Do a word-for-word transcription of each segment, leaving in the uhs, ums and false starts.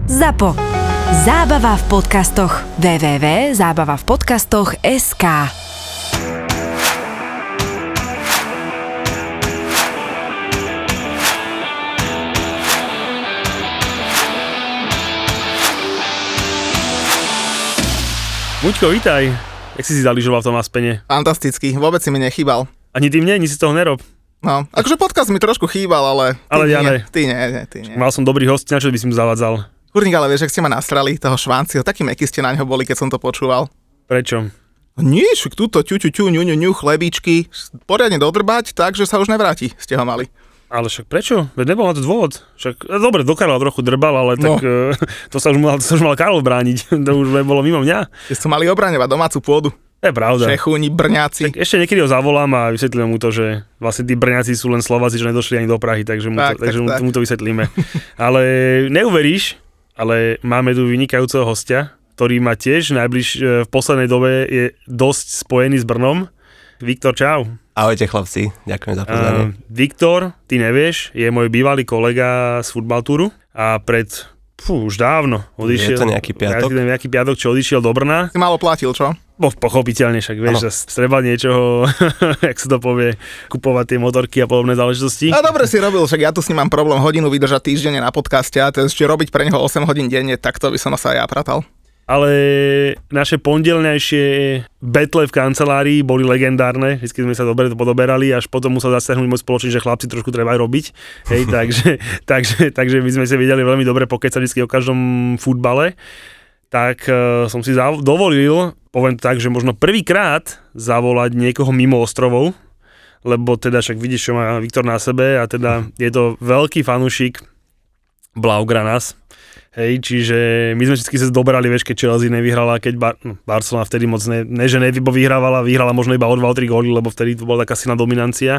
Zapo. Zábava v podcastoch. w w w bodka zábava v podcastoch bodka es ká Muďko, vítaj. Jak si si zaližoval v tom Aspene? Fantasticky, vôbec si mi nechýbal. Ani ty mne, ni si z toho nerob. No, akože podcast mi trošku chýbal, ale ty ale ja nie, ne. ty nie, nie, ty nie. Mal som dobrý host, na čo by si mu zavádzal? Kurník, ale vieš, ak ste ma nastrali, toho Švanciho, taký meký ste na ňo boli, keď som to počúval. Prečo? Nie, však túto ťu, ťu, ťu, ňu, ňu, ňu, chlebíčky, poriadne dodrbať, takže sa už nevráti, ste ho mali. Ale však prečo? Veď nebol na to dôvod. Však, dobre, do Karla trochu drbal, ale No. tak e, to, sa už mal, to sa už mal Karol brániť. To už bolo mimo mňa. Ste sa mali obraňovať domácu pôdu. To je pravda. Čechúni, Brňáci. Tak ešte niekedy ho zavolám a vysvetlím mu to, že vlastne tí Brňáci sú len Slováci, že nedošli ani do Prahy, takže mu, Tak, to, takže tak, mu, tak. mu to vysvetlíme. Ale neuveríš, ale máme tu vynikajúceho hostia, ktorý má tiež najbliž, v poslednej dobe je dosť spojený s Brnom. Viktor, čau. Ahojte chlapci, ďakujem za pozvanie. Uh, Viktor, ty nevieš, je môj bývalý kolega z Futbaltúru a pred, fú, už dávno odišiel. Je to nejaký piatok? Nejaký, nejaký piatok, čo odišiel do Brna. Si málo platil, čo? Bo pochopiteľne, však vieš, že treba niečoho, jak sa to povie, kupovať tie motorky a podobné záležitosti. A dobre si robil, však ja tu s ním mám problém hodinu vydržať týždenne na podcaste a to ešte robiť pre neho osem hodín denne, tak to by som sa aj ja pratal. Ale naše pondelnejšie betle v kancelárii boli legendárne, vždy sme sa dobre podoberali, až potom musel zasiahnuť môj spoločník, že chlapci trošku treba aj robiť. Hej, takže, takže, takže my sme si vedeli veľmi dobre pokecať vždy o každom futbale. Tak uh, som si zav- dovolil, poviem to tak, že možno prvýkrát zavolať niekoho mimo ostrovov, lebo teda však vidíš, čo má Viktor na sebe a teda je to veľký fanúšik Blaugranas. Hej, čiže my sme vždy sa dobrali, vieš, keď Chelsea nevyhrala, keď Bar- no, Barcelona vtedy moc ne, ne že nevybo vyhrávala, vyhrala možno iba o dva tri góly, lebo vtedy to bola taká silná dominancia.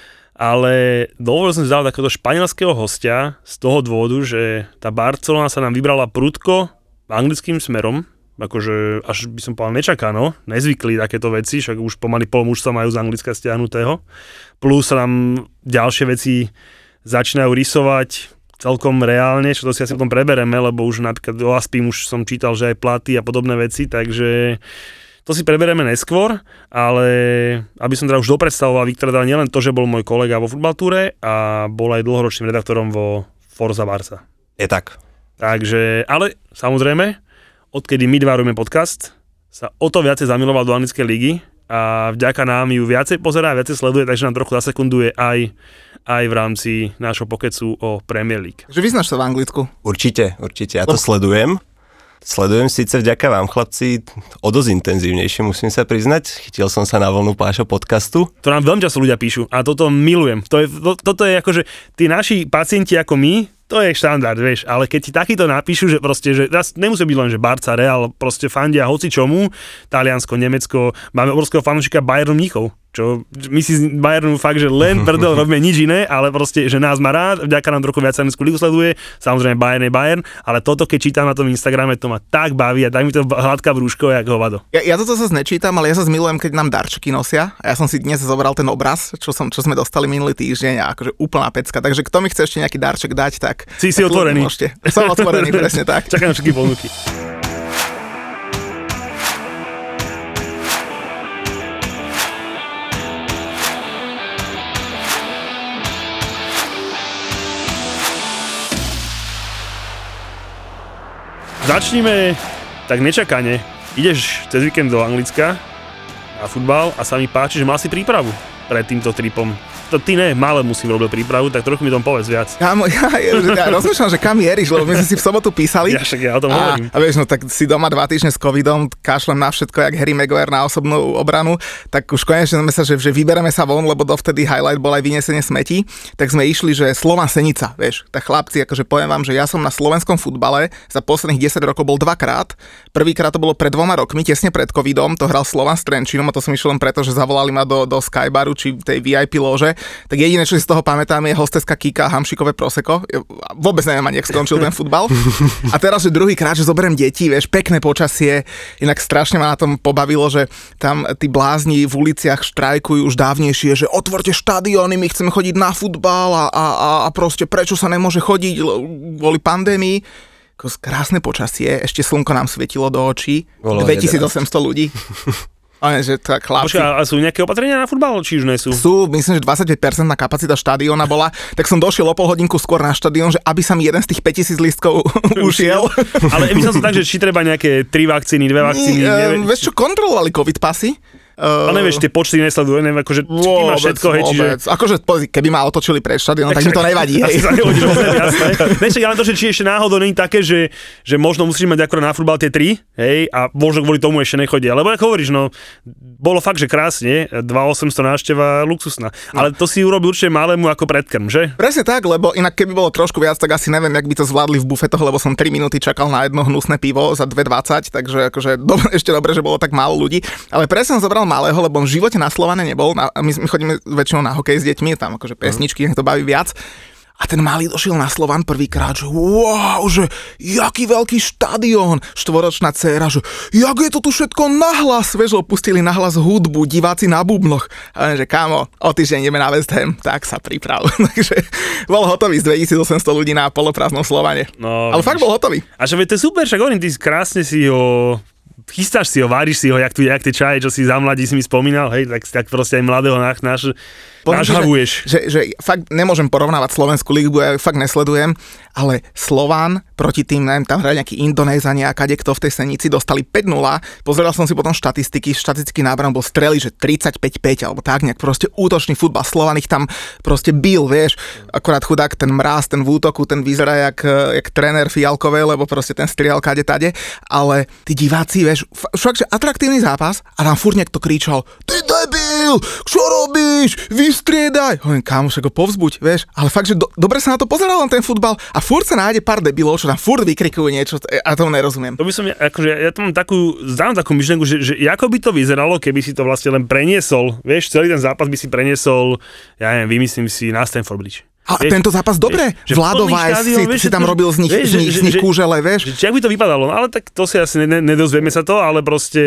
Ale dovolil som si dať takéto španielského hostia z toho dôvodu, že tá Barcelona sa nám vybrala prudko anglickým smerom, akože až by som povedal nečakano, nezvykli takéto veci, však už pomaly pol mužstva majú z Anglicka stiahnutého, plus sa nám ďalšie veci začínajú rysovať celkom reálne, čo to si asi potom prebereme, lebo už napríklad o Aspim už som čítal, že aj platy a podobné veci, takže to si prebereme neskôr, ale aby som teda už dopredstavoval Viktora, teda nielen to, že bol môj kolega vo Futbaltúre a bol aj dlhoročným redaktorom vo Forza Barca. Je tak. Takže, ale samozrejme, odkedy my dva robíme podcast, sa o to viacej zamiloval do anglickej ligy a vďaka nám ju viacej pozerá, viacej sleduje, takže nám trochu zasekunduje aj, aj v rámci nášho pokecu o Premier League. Že vyznáš sa v Anglicku? Určite, určite. Ja to sledujem. Sledujem síce vďaka vám, chlapci, o dosť intenzívnejšie, musím sa priznať. Chytil som sa na vlnu vášho podcastu. To nám veľmi často ľudia píšu a toto milujem. To je, to, toto je akože, tí naši pacienti ako my, to je štandard, vieš, ale keď ti takýto napíšu, že proste, že nemusí byť len, že Barca, Real, proste fandia hoci čomu, Taliansko, Nemecko, máme obrovského fanúšika Bayernu Mníchov, čo my si z Bayernu fakt, že len prdel robíme nič iné, ale proste, že nás má rád, vďaka nám trochu viac Anglickú ligu sleduje, samozrejme Bayern je Bayern, ale toto, keď čítam na tom Instagrame, to ma tak baví a tak mi to hladká brúško, jak hovado. Ja, ja toto sa nečítam, ale ja sa zmilujem, keď nám darčeky nosia a ja som si dnes zobral ten obraz, čo, som, čo sme dostali minulý týždeň a akože úplná pecka, takže kto mi chce ešte nejaký darček dať, tak Si si tak otvorený. Môžete. Som otvorený, presne tak. Čakám všetky ponuky. Začníme tak nečakane. Ideš cez víkend do Anglicka na futbal a sa mi páči, že mal si prípravu pred týmto tripom. To ty ne, mále musím robiť prípravu, tak trochu mi tom povedz viac. Kámo, ja, ja, ja rozmýšľam, že kam jeriš, lebo my sme si v sobotu písali. Ja však ja o tom a, hovorím. a vieš, no tak si doma dva týždne s covidom, kašlem na všetko, jak Harry Maguire na osobnú obranu, tak už konečne sme sa, že, že vybereme sa von, lebo dovtedy highlight bol aj vynesenie smetí, tak sme išli, že Slovan Senica, vieš, tak chlapci, akože poviem vám, že ja som na slovenskom futbale za posledných desať rokov bol dvakrát. Prvýkrát to bolo pred dvoma rokmi, tesne pred covidom, to hral Slovan s Trenčínom a to som išiel len preto, že zavolali ma do, do Skybaru či tej vé í pé lože. Tak jediné, čo si z toho pamätám, je hosteska Kika a hamšikové proseko. Ja vôbec neviem ani, jak skončil ten futbal. A teraz, že druhýkrát, že zoberiem deti, vieš, pekné počasie, inak strašne ma na tom pobavilo, že tam tí blázni v uliciach štrajkujú už dávnejšie, že otvorte štadióny, my chceme chodiť na futbal a, a, a proste prečo sa nemôže chodiť kvôli pandémii. krásne počasie, ešte slnko nám svietilo do očí, Bolo dvetisícosemsto ľudí. Ale že tak chlapci. Počkaj, a sú nejaké opatrenia na futbal, či už nie sú? Sú, myslím, že dvadsaťpäť percent na kapacita štadióna bola, tak som došiel o pol hodinku skôr na štadión, že aby sa mi jeden z tých päťtisíc lístkov ušiel. Ale myslel som tak, že či treba nejaké tri vakcíny, dve vakcíny, neviem. Vieš čo, kontrolovali covid pasy. Uh, ale nevieš, tie počty nesledujú, neviem, akože ty máš všetko, hej, čiže... Akože keby ma otočili pred štadión, tak mi to nevadí, hej. Asi sa nehodíš vôbec, jasné. Vieš, ale to, že či ešte náhodou nie je také, že, že možno musíš mať akorát na futbal tie tri, hej, a možno kvôli tomu ešte nechodia. Lebo ako hovoríš, no, bolo fakt, že krásne, dva tisíc osemsto návšteva, luxusná. Ale to si urobil určite malému ako predkrm, že? Presne tak, lebo inak keby bolo trošku viac, tak asi neviem, jak by to zvládli v bufetoch, lebo som tri minúty čakal na jedno hnusné pivo za dve dvadsať, takže akože do, ešte dobre, že bolo tak málo ľudí. Ale presne som zobral malého, lebo v živote na Slovane nebol. Na, my, my chodíme väčšinou na hokej s deťmi, tam akože pesničky, nech to baví viac. A ten malý došiel na Slovan prvýkrát, že wow, že jaký veľký štadión, štvoročná dcéra, že jak je to tu všetko nahlas, vieš, pustili nahlas hudbu, diváci na bubnoch. A že kámo, o týždeň ideme na West Ham, tak sa priprav. Takže bol hotový z dvetisícosemsto ľudí na poloprázdnom Slovane. No, ale fakt bol hotový. A že to je super, však hovorím, ty krásne si ho... chystáš si ho, váriš si ho, jak tu, jak tie čaje, čo si za mladí si mi spomínal, hej, tak, tak proste aj mladého náš, náš nažhavuješ. Že, že, že fakt nemôžem porovnávať Slovenskú lígu, ja fakt nesledujem, ale Slován proti tým, neviem, tam hrajú nejaký Indonézania a kadekto v tej Senici, dostali päť nula, pozeral som si potom štatistiky, štatistický nábram bol strely, že tridsaťpäť päť, alebo tak nejak, proste útočný futbal, Slován ich tam proste bil, vieš, akorát chudák, ten Mráz, ten v útoku, ten vyzerá jak, jak tréner Fialkovej, lebo proste ten striel kade tade, ale tí diváci, vieš, však, že atraktívny zápas a tam furt niekto kričal, ty debil, čo robíš, vystriedaj, hovorím, kámo, však ho povzbuď, vieš, ale fakt, že do, dobre sa na to pozeral len ten futbal a furt sa nájde pár debilov, čo tam furt vykrikujú niečo a tomu nerozumiem. To by som, akože ja tam mám takú, zdám takú myšlenku, že, že ako by to vyzeralo, keby si to vlastne len preniesol, vieš, celý ten zápas by si preniesol, ja neviem, vymyslím si na Stamford Bridge. A vieš, tento zápas dobre, Vlado Vajs si, si tam robil z nich, vieš, z nich, že, z nich že, kúžele, vieš. Že, že, jak by to vypadalo, no ale tak to si asi ne, nedozvieme sa to, ale proste...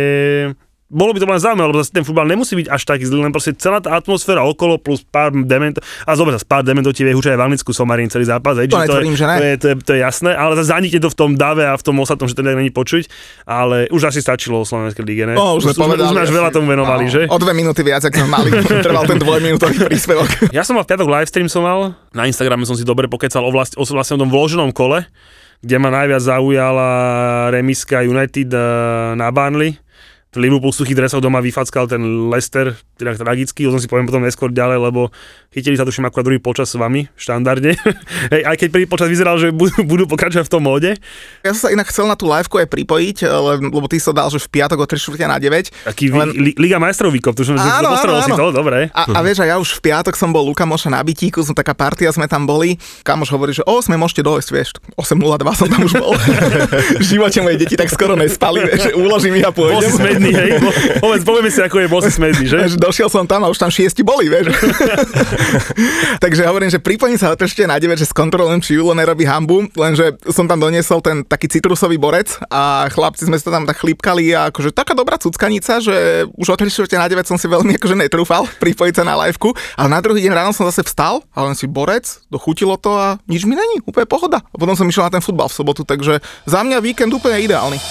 Bolo by to len zaujímavé, lebo zase ten futbal nemusí byť až taký zlý, len proste celá tá atmosféra okolo plus pár dementov, a zober sa, pár dementov ti vie húčať aj v Anglicku somarín celý zápas, hej, to, to, je, že to, je, to, je, to je jasné, ale zase zanikne to v tom dave a v tom ostatnom, že to není počuť, ale už asi stačilo o Slovenskej lige, ne? No, už, už, povedali, už sme až veľa tomu venovali, no, že? O dve minúty viac, ak sme mali, trval ten dvojminútový príspevok. Ja som mal v piatok livestream som mal, na Instagrame som si dobre pokecal o, vlast, o vlastne tom vloženom kole, kde ma najviac zaujala remiska United na Burnley. Liverpool v suchých dresoch doma vyfackal ten Leicester, teda tragický, o tom si poviem potom neskôr ďalej, lebo chytili sa tuším akurát druhý počas s vami, štandardne. Hej, aj keď prvý počas vyzeral, že budú, budú pokračovať v tom móde. Ja som sa inak chcel na tú liveku aj pripojiť, lebo ty sa dal, že v piatok o tri štvrte na deväť. Taký len... li, Liga majstrov výkop, tuším, že postrel si to, dobre. A, a vieš, a ja už v piatok som bol u kamoša na bytíku, som taká partia, sme tam boli. Kamoš hovorí, že o osem môžete dojsť, vieš, osem nula dva som tam už bol. V živote moje deti tak skoro nespali, vieš, uložím ich a pôjdem. Hej, povedz, povieme si, ako je, bol si smedný, že? Došiel som tam a už tam šiesti boli, vieš. Takže hovorím, že pripojím sa ešte na deväť, že skontrolujem, či Julo nerobí hanbu, lenže som tam doniesol ten taký citrusový borec a chlapci sme sa tam tak chlípkali a akože taká dobrá cuckanica, že už o tri štvrte na deväť som si veľmi akože netrúfal pripojiť sa na liveku, ale na druhý deň ráno som zase vstal a len si borec, dochutilo to a nič mi není, úplne pohoda. A potom som išiel na ten futbal v sobotu, takže za mňa víkend úplne ideálny.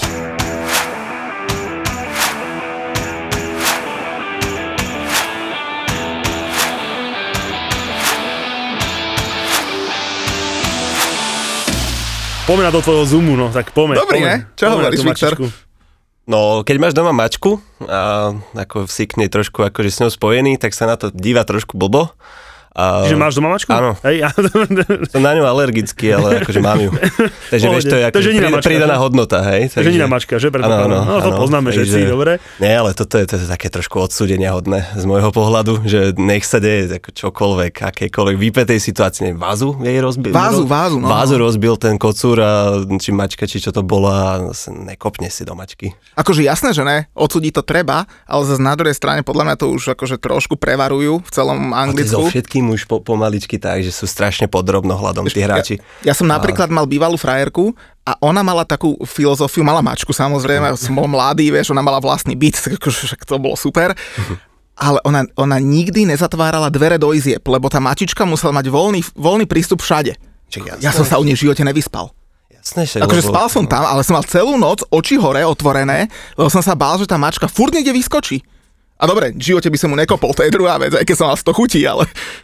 Poďme na do tvojho Zoomu, no, tak poďme. Dobrý, ne? Čo hovoríš, Viktor? No, keď máš doma mačku a ako si k nej trošku akože s ňou spojený, tak sa na to díva trošku blbo. A... Čiže máš doma mačku? Áno. Hej, ja... Som na ňu alergický, ale akože mám ju. Takže vieš, to je ako pridaná hodnota, hej. Takže ženina mačka, že? Preto áno, áno, no, to áno, poznáme všetci, dobre. Nie, ale toto je, to je také trošku odsúdenia hodné z môjho pohľadu, že nech sa deje ako čokoľvek, akejkoľvek výpetej situácii, vázu jej rozbil. Vázu, vázu, no. Vázu rozbil ten kocúr a či mačka, či čo to bola, nekopne si do mačky. Akože jasné, že ne, odsúdiť to treba, ale zase na druhej strane podľa mňa to už akože trošku prevarujú v celom Anglicku. Už po, pomaličky tak, že sú strašne podrobno hľadom tí hráči. Ja, ja som napríklad mal bývalú frajerku a ona mala takú filozofiu, mala mačku samozrejme, som bol mladý, vieš, ona mala vlastný byt, tak akože to bolo super. Ale ona, ona nikdy nezatvárala dvere do izieb, lebo tá mačička musela mať voľný, voľný prístup všade. Ja som sa u nej v živote nevyspal. Jasné, však, Akože lebo- spal som tam, ale som mal celú noc oči hore otvorené, lebo som sa bál, že tá mačka furt niekde vyskočí. A dobre, v živote by som mu nekopol, to je druhá vec, aj keď som mal sto chutí, ale...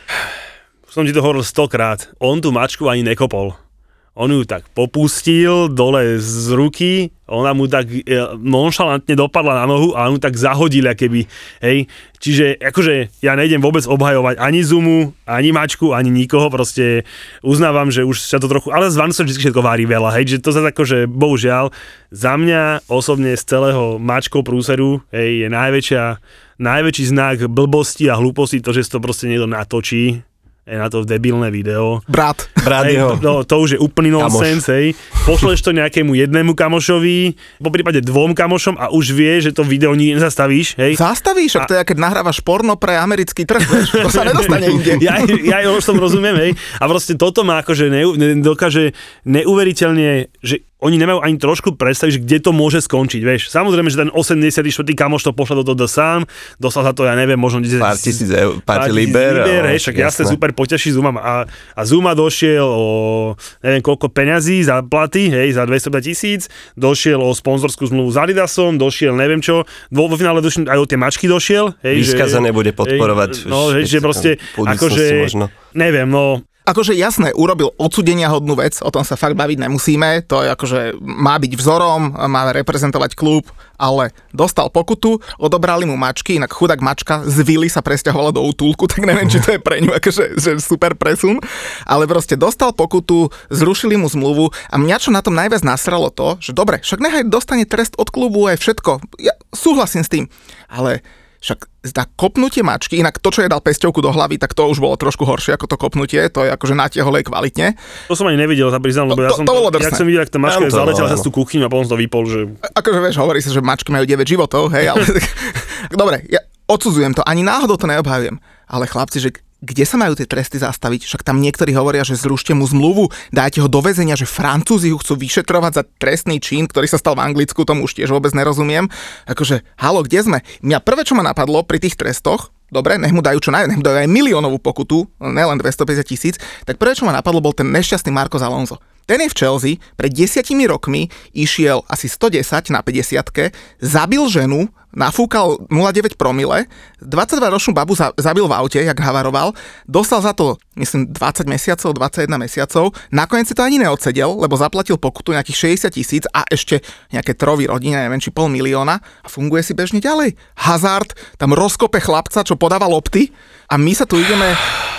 Som ti to hovoril stokrát. On tú mačku ani nekopol. On ju tak popustil dole z ruky, ona mu tak nonšalantne dopadla na nohu a on ju tak zahodil, keby, hej. Čiže akože ja nejdem vôbec obhajovať ani Zumu, ani mačku, ani nikoho, proste uznávam, že už sa to trochu, ale z Vanu sa vždy všetko vári veľa, hej, že to sa akože, bohužiaľ, za mňa osobne z celého mačkov prúseru, hej, je najväčšia, najväčší znak blbosti a hlúposti to, že si to proste niekto natočí, je na to debilné video. Brat. Brat Hej, jeho. no, to už je úplný nonsens, hej. Pošleš to nejakému jednému kamošovi, po prípade dvom kamošom a už vie, že to video nikdy nezastavíš, hej. Zastavíš, ak to je, keď nahrávaš porno pre americký trh, vieš, to sa nedostane inde. Ja, ja, ja už tom rozumiem, hej. A proste toto má akože ne, ne, dokáže neuveriteľne, že oni nemajú ani trošku predstaviť, že kde to môže skončiť, vieš. Samozrejme, že ten osemdesiaty štvrtý kamoš to pošla do toho sám, dostal za to, ja neviem, možno desať Pár tisíc eur, pár liber. hej, však jasné, super, poťaží Zuma. A, a Zuma došiel o neviem koľko peňazí za platy, hej, za dvestopäťdesiat tisíc, došiel o sponzorskú zmluvu s Adidasom, došiel neviem čo, vo, vo finále došiel, aj o tie mačky došiel, hej. Vyskaza nebude Hej, podporovať. no, hej, že proste, akože, možno. neviem, no, Akože jasné, urobil odsudenia hodnú vec, o tom sa fakt baviť nemusíme, to je akože má byť vzorom, má reprezentovať klub, ale dostal pokutu, odobrali mu mačky, inak chudák mačka z vily sa presťahovala do útulku, tak neviem, či to je pre ňu akože že super presun, ale proste dostal pokutu, zrušili mu zmluvu a mňa čo na tom najviac nasralo to, že dobre, však nechaj dostane trest od klubu aj všetko, ja súhlasím s tým, ale však zdá kopnutie mačky, inak to, čo je dal pesťovku do hlavy, tak to už bolo trošku horšie ako to kopnutie, to je akože natiahol jej kvalitne. to som ani nevidel, sa priznám, lebo To- ja to- som to bolo ja drsné. som videl, ak tá mačka Tam to zaletela bolo, cez tú kuchyňu a potom som to vypol, že Akože vieš, hovorí sa, že mačky majú deväť životov, hej, ale... Dobre, ja odsudzujem to, ani náhodou to neobhajujem, ale chlapci, že kde sa majú tie tresty zastaviť? Však tam niektorí hovoria, že zrušte mu zmluvu, dajte ho do väzenia, že Francúzi ho chcú vyšetrovať za trestný čin, ktorý sa stal v Anglicku, tomu už tiež vôbec nerozumiem. Akože, halo, kde sme? Mňa prvé, čo ma napadlo pri tých trestoch, dobre, nech mu dajú čo najviac, nech mu dajú aj miliónovú pokutu, nelen dvestopäťdesiat tisíc, tak prvé, čo ma napadlo, bol ten nešťastný Marcos Alonso. Ten je v Chelsea, pred desiatimi rokmi išiel asi sto desať na päťdesiatke, zabil ženu, nafúkal nula celá deväť promile, dvadsaťdvaročnú babu za, zabil v aute, jak havaroval, dostal za to, myslím, dvadsať mesiacov, dvadsaťjeden mesiacov, nakoniec si to ani neodsedel, lebo zaplatil pokutu nejakých šesťdesiat tisíc a ešte nejaké trovy rodine, neviem, či pol milióna a funguje si bežne ďalej. Hazard tam rozkope chlapca, čo podáva lopty a my sa tu ideme...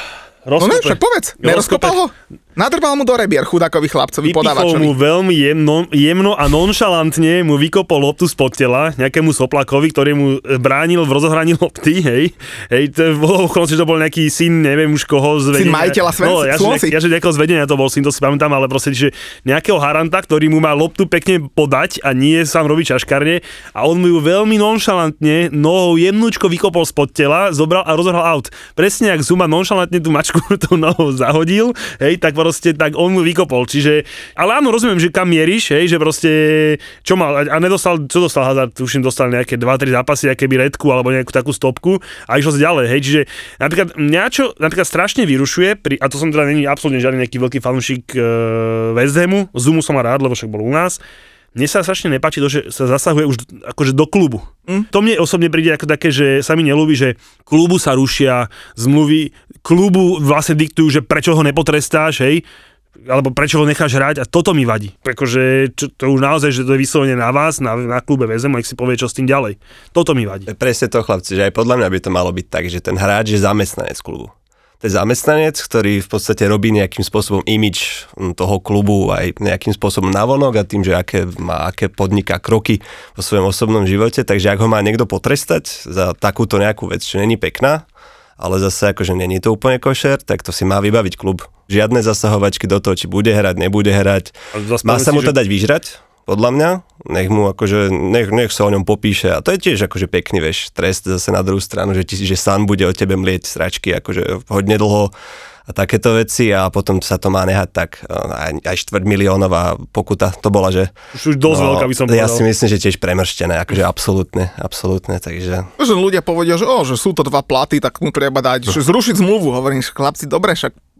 No ne, však povedz, nerozkopal ho? Nadrbal mu do rebier chudákovi chlapcovi vypichol podávačovi. mu veľmi jemno, jemno a nonšalantne mu vykopol loptu spod tela nejakému soplakovi, ktorý mu bránil v rozohraní lopty, hej. Hej, to bolo okolnosť, že to bol nejaký syn, neviem už koho z vedenia. Syn majiteľa Sven- No, ja, Swansea. že, ja, že nejakého z vedenia to bol syn, to si pamätám, ale proste, že nejakého haranta, ktorý mu má loptu pekne podať a nie sám robiť čaškarne a on mu ju veľmi nonšalantne nohou jemnúčko vykopol spod tela, zobral a rozohral aut. Presne jak Zuma nonšalantne tú mačku tou nohou zahodil, hej, tak proste tak on mu vykopol, čiže, ale áno, rozumiem, že kam mieríš, hej, že proste, čo mal, a nedostal, čo dostal Hazard, tuším, dostal nejaké dva tri zápasy, aké by redku, alebo nejakú takú stopku a išlo sa ďalej, hej, čiže napríklad mňa čo napríklad strašne vyrušuje, pri, a to som teda není absolútne žiadny nejaký veľký fanúšik e, West Hamu, Zumu som mal rád, lebo však bol u nás, mne sa strašne nepáči to, že sa zasahuje už akože do klubu. Mm. To mne osobne príde ako také, že sa mi neľúbi, že klubu sa rušia, zmluvy, klubu vlastne diktujú, že prečo ho nepotrestáš, hej, alebo prečo ho necháš hrať a toto mi vadí. Pretože čo, to už naozaj, že to je vyslovene na vás, na, na klube väzem, nech si povie, čo s tým ďalej. Toto mi vadí. Presne to, chlapci, že aj podľa mňa by to malo byť tak, že ten hráč je zamestnanec klubu. To je zamestnanec, ktorý v podstate robí nejakým spôsobom imidž toho klubu aj nejakým spôsobom navonok a tým, že aké má, aké podniká kroky vo svojom osobnom živote, takže ak ho má niekto potrestať za takúto nejakú vec, čo není pekná, ale zase akože není to úplne košer, tak to si má vybaviť klub. Žiadne zasahovačky do toho, či bude hrať, nebude hrať. Má sa mu to dať vyžrať, podľa mňa, nech mu akože, nech, nech sa o ňom popíše a to je tiež akože pekný, vieš, trest zase na druhú stranu, že, ti, že San bude o tebe mlieť sračky akože hodne dlho a takéto veci a potom sa to má nehať tak, aj, aj štvrť miliónová pokuta to bola, že... Už dosť no, veľká by som povedal. Ja si myslím, že tiež premrštené, akože absolútne, absolútne, takže... Že ľudia povedia, že, o, že sú to dva platy, tak mu treba dať, že zrušiť zmluvu, hovorím, že chlapci, dobre, však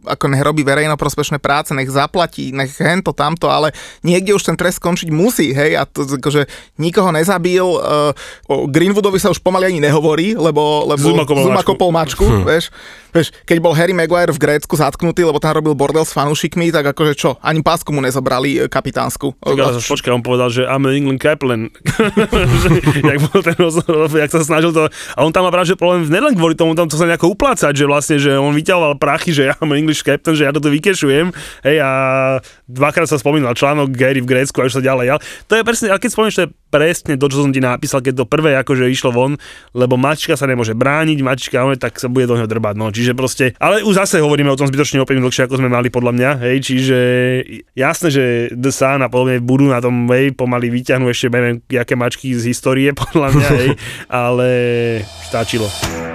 ako nech robí verejnoprospešné práce, nech zaplatí, nech hento, tamto, ale niekde už ten trest skončiť musí, hej, a to akože nikoho nezabil, uh, o Greenwoodovi sa už pomaly ani nehovorí, lebo, lebo Zuma kopol mačku, hm. vieš, vieš, keď bol Harry Maguire v Grécku zatknutý, lebo tam robil bordel s fanúšikmi, tak akože čo, ani pásku mu nezobrali kapitánsku. Počkaj, on povedal, že I'm an England captain, jak bol ten rozhovor, jak sa snažil to, a on tam má práve problém neden kvôli tomu, tam to sa nejako uplácať, že vlastne, že on vyťahoval prachy, že ja mám English captain, že ja toto vykešujem, hej, a dvakrát sa spomínal článok Gary v Grécku a už sa ďalej, ale to je presne, ale keď spomínaš, to je presne to, čo som ti napísal, keď to prvé akože išlo von, lebo mačka sa nemôže brániť, mačka, tak sa bude do neho drbať, no, čiže proste, ale už zase hovoríme o tom zbytočne opäť dlhšie, ako sme mali podľa mňa, hej, čiže jasné, že The Sun a podobne budú na tom, hej, pomaly vyťahnú ešte, neviem, jaké mačky z histórie, podľa mňa, hej, ale stačilo.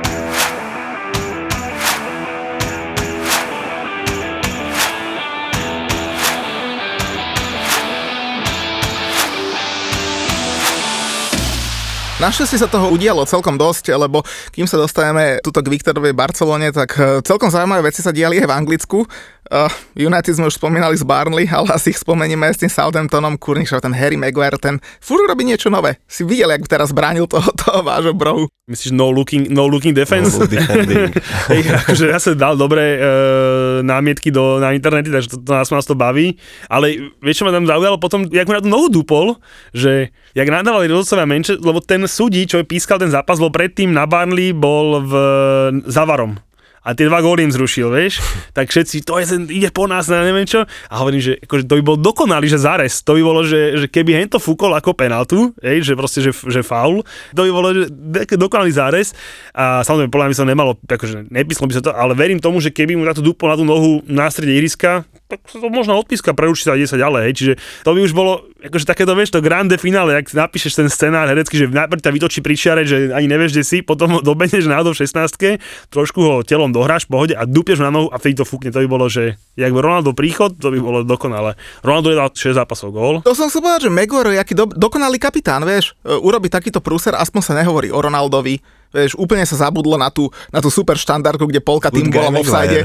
Našťastie sa toho udialo celkom dosť, lebo kým sa dostaneme tuto k Viktorovej Barcelone, tak celkom zaujímavé veci sa diali aj v Anglicku. Uh, United sme už spomínali z Burnley, ale asi ich spomenieme aj s tým Southamptonom, kurníšov, ten Harry Maguire, ten furt robí niečo nové. Si videl, jak teraz bránil toho, toho vášho brohu. Myslíš no looking, no looking defense? No defending. Hej, akože ja sa dal dobré e, námietky do, na internete, takže to, to nás, nás to baví. Ale vieš, čo ma tam zaujalo potom, jak mu na to nohu dupol, že jak nadávali rozhodcovia Manchester, lebo ten súdi, čo pískal ten zápas, bol predtým na Burnley, bol v Zavarom. A tie dva góly im zrušil, vieš, tak všetci, to je, ide po nás, neviem čo, a hovorím, že akože to by bol dokonalý, že zárez, to by bolo, že, že keby hento fúkol ako penaltu, hej, že proste, že, že faul, to by bolo, že dokonalý zárez, a samozrejme, podľa mňa by sa nemalo, akože nepíslo by sa to, ale verím tomu, že keby mu na to dupol na tú nohu na strede ihriska, tak sa to možno odpíska, preučí sa a ide sa ďalej, hej, čiže to by už bolo, akože takéto, vieš, to grande finále, ak napíšeš ten scenár herecký, že najprv ťa vytočí pri čiare, že ani nevieš, kde si, potom dobehneš náhodou v šestnástke, trošku ho telom dohráš v pohode a dúpieš na nohu a vtedy to fúkne. To by bolo, že jak by Ronaldo príchod, to by bolo dokonalé. Ronaldo je dal šesť zápasov gól. To som sa povedal, že Maguire je aký do, dokonalý kapitán, vieš, urobí takýto prúser, aspoň sa nehovorí o Ronaldovi. Vieš, úplne sa zabudlo na tú, na tú super štandardku, kde polka tým bola v offside.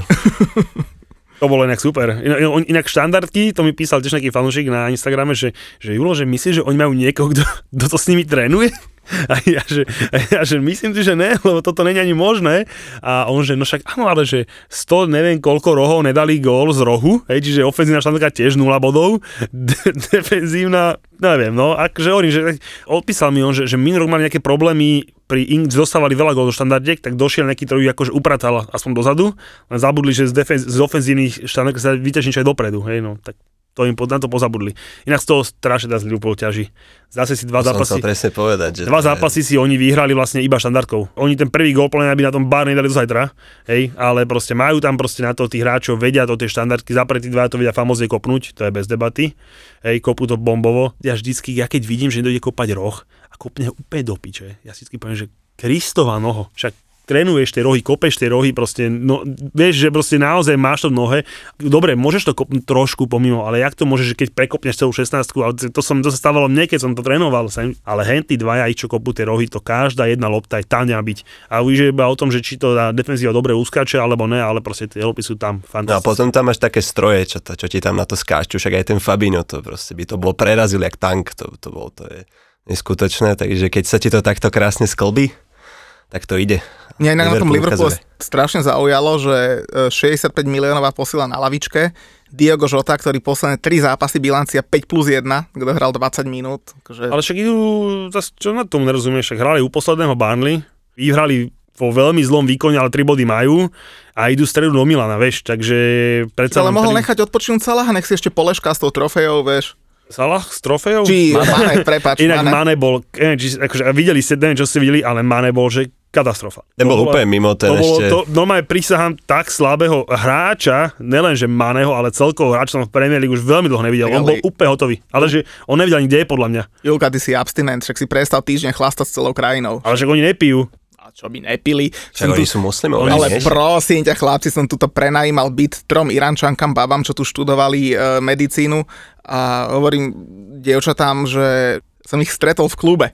To bolo inak super. Inak, inak štandardky, to mi písal tiež nejaký fanúšik na Instagrame, že, že Julo, že myslíš, že oni majú niekoho, kto, kto to s nimi trénuje? A ja, že, a ja, že myslím si, že ne, lebo toto není ani možné. A on, že no však áno, ale že sto neviem koľko rohov nedali gól z rohu, hej, čiže ofenzívna štandardka tiež nula bodov, de- defenzívna, neviem, no, akože hovorím, že odpísal mi on, že, že minulý rok mali nejaké problémy, pri Ing dostávali veľa gól do štandardiek, tak došiel nejaký, ktorý akože upratal aspoň dozadu, len zabudli, že z, defen- z ofenzívnych štandardiek sa vyťaží niečo aj dopredu, hej, no, tak to im na to pozabudli. Inak z toho strašne dá z Liverpool ťaží. Zase si dva to zápasy. Presne povedať, že dva zápasy si oni vyhrali vlastne iba štandardkou. Oni ten prvý gól plne by na tom bar nedali do zajtra, hej, ale proste majú tam proste na to tých hráčov, vedia to tie štandardky, zapretí dva to vedia famózne kopnúť, to je bez debaty. Hej, kopú to bombovo. Ja vždycky, ja keď vidím, že nedojde kopať roh a kopne ho úplne do piče, ja si vždycky poviem, že Kristova noho, však trénuješ tie rohy, kopeš tie rohy, proste, no, vieš, že proste naozaj máš to v nohe. Dobre, môžeš to kopnúť trošku pomimo, ale jak to môžeš, že keď prekopneš celú šestnástku, ale to, som, to sa stávalo mne, keď som to trénoval, ale henty dvaja, ich čo kopú tie rohy, to každá jedna lopta je tam byť. A už je iba o tom, že či to dá defenzíva dobre uskáče, alebo ne, ale proste tie lopy sú tam fantastické. No a potom tam máš také stroje, čo, to, čo ti tam na to skáču, však aj ten Fabinho, to proste by to bol prerazil jak tank, to, to bol, to je neskutočné, takže keď sa ti to takto krásne sklbí, tak to ide. Mňa inak na tom Liverpoole strašne zaujalo, že šesťdesiatpäť miliónová posila na lavičke, Diogo Jota, ktorý posledné tri zápasy bilancia päť plus jeden, kto hral dvadsať minút. Akože... Ale však idú, čo na tomu nerozumieš, však hrali u posledného Burnley, vyhrali vo veľmi zlom výkone, ale tri body majú a idú stredu do Milana, vieš, takže... Predsa ale mohol tri... nechať odpočinúť Salaha, nech si ešte polešká s tou trofejou, vieš. Salah s trofejou? Či Mane, prepáč, Inak Mane. Mane bol, či, akože videli ste, neviem, čo ste videli, ale Mane bol, že katastrofa. Ten bol úplne mimo ten to ešte. Bolo, to, normálne prisahám tak slabého hráča, nielenže Maneho, ale celkovo hráča som v Premier League už veľmi dlho nevidel. On bol úplne hotový. Ale že on nevidel ani kde je podľa mňa. Julka, ty si abstinent, však si prestal týždeň chlastať s celou krajinou. Ale však oni nepijú. A čo by nepili? Však oni sú muslimové. Ale prosím ťa chlapci, som tuto prenajímal byt trom Irančankám, babám, čo tu študovali e, medicínu a hovorím dievčatám, že som ich stretol v klube.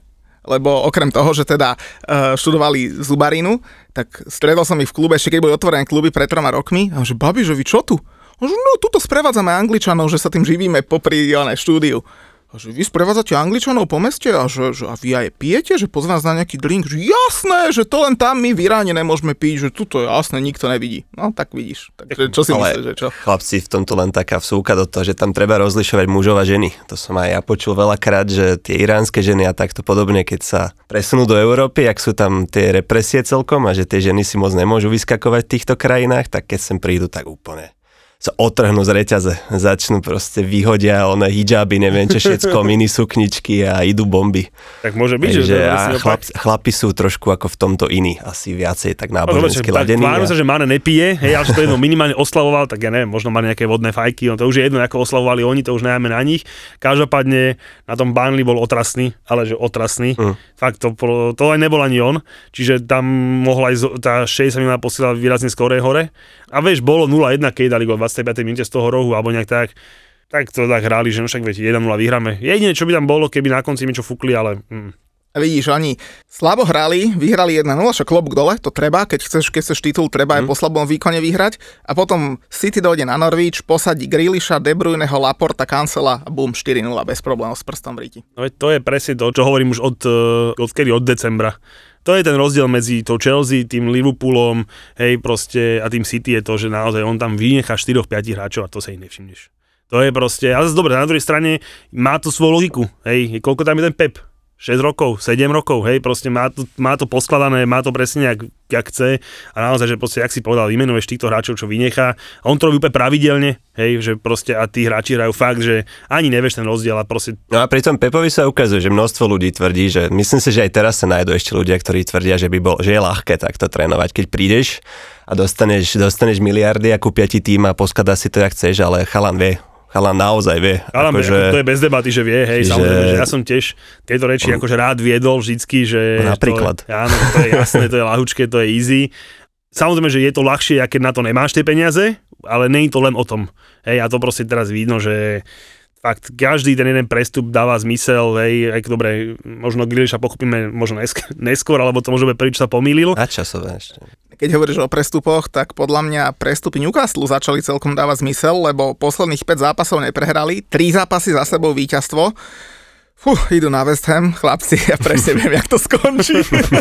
lebo okrem toho, že teda uh, študovali zubarinu, tak stretol som ich v klube, ešte keď boli otvorené kluby pred troma rokmi, a že babi, že vy čo tu? A že no, tuto sprevádzame Angličanov, že sa tým živíme popri oné štúdiu. A že vy sprevádzate Angličanov po meste a že, že a vy aj pijete, že pozvám na nejaký drink, že jasné, že to len tam my v Iráne nemôžeme piť, že tuto je jasné, nikto nevidí. No tak vidíš. Takže čo si myslíš, že čo? Chlapci, v tomto len taká vsúka do toho, že tam treba rozlišovať mužov a ženy. To som aj ja počul veľakrát, že tie iránske ženy a takto podobne, keď sa presunú do Európy, ak sú tam tie represie celkom a že tie ženy si moc nemôžu vyskakovať v týchto krajinách, tak keď sem prídu, tak úplne sa otrhnú z reťaze, začnú proste vyhodia oné hijaby, neviem čo všetko, mini sukničky a idú bomby. Tak môže byť, Takže, že... a chlap, chlapi sú trošku ako v tomto iní, asi viacej tak nábožensky no, ladení. Tvárim a... sa, že Mane nepije, hej, ale že to jedno minimálne oslavoval, tak ja neviem, možno má nejaké vodné fajky, no to už je jedno, ako oslavovali oni, to už nejame na nich. Každopádne na tom Burnley bol otrasný, ale že otrasný. Mm. Fakt, to, to aj nebol ani on, čiže tam mohla aj tá šesťdesiat minút posielať výrazne skorej hore. A vieš, bolo nula jedna, keď dali go v dvadsiatej piatej minúte z toho rohu, alebo nejak tak, tak to tak hrali, že no však viete, jeden nula vyhráme. Jedine, čo by tam bolo, keby na konci niečo fúkli, ale... Mm. A vidíš, oni slabo hrali, vyhrali jeden nula, však klobúk dole, to treba, keď chceš, keď chceš titul, treba mm. aj po slabom výkone vyhrať. A potom City dojde na Norwich, posadí Grealisha, De Bruyneho, Laporta, Cancela a bum, štyri nula bez problémov s prstom v ríti. No to je presne to, čo hovorím už od, od kedy, od decembra. To je ten rozdiel medzi tou Chelsea, tým Liverpoolom, hej, proste, a tým City je to, že naozaj on tam vynechá štyri päť hráčov a to sa ich nevšimneš. To je proste, ale zase dobre, na druhej strane má to svoju logiku, hej, koľko tam je ten Pep? šesť rokov, sedem rokov, hej, proste má to, má to poskladané, má to presne jak, jak chce a naozaj, že proste, jak si povedal, vymenuješ týchto hráčov, čo vynechá a on to robí úplne pravidelne, hej, že proste a tí hráči hrajú fakt, že ani nevieš ten rozdiel a proste... No a pri tom Pepovi sa ukazuje, že množstvo ľudí tvrdí, že myslím si, že aj teraz sa nájdú ešte ľudia, ktorí tvrdia, že by bol, že je ľahké takto trénovať, keď prídeš a dostaneš, dostaneš miliardy a kúpia ti tým a poskladá si to, jak chceš, ale chalan vie. Chalan naozaj vie. Chalan, akože, to je bez debaty, že vie, hej, že... samozrejme, že ja som tiež tieto reči on... akože rád viedol vždycky, že... Napríklad. To je, áno, to je jasné, to je ľahučké, to je easy. Samozrejme, že je to ľahšie, keď na to nemáš tie peniaze, ale nie je to len o tom. Hej, a to proste teraz vidno, že fakt každý ten jeden prestup dáva zmysel, hej, aj dobre, možno Grealisha pochopíme možno nesk- neskôr, alebo to môže byť prvý, čo sa pomýlil. A časové ešte. Keď hovoríš o prestupoch, tak podľa mňa prestupy Newcastle začali celkom dávať zmysel, lebo posledných päť zápasov neprehrali, tri zápasy za sebou víťazstvo. Fú, idú na West Ham, chlapci, ja presne viem, jak to skončí.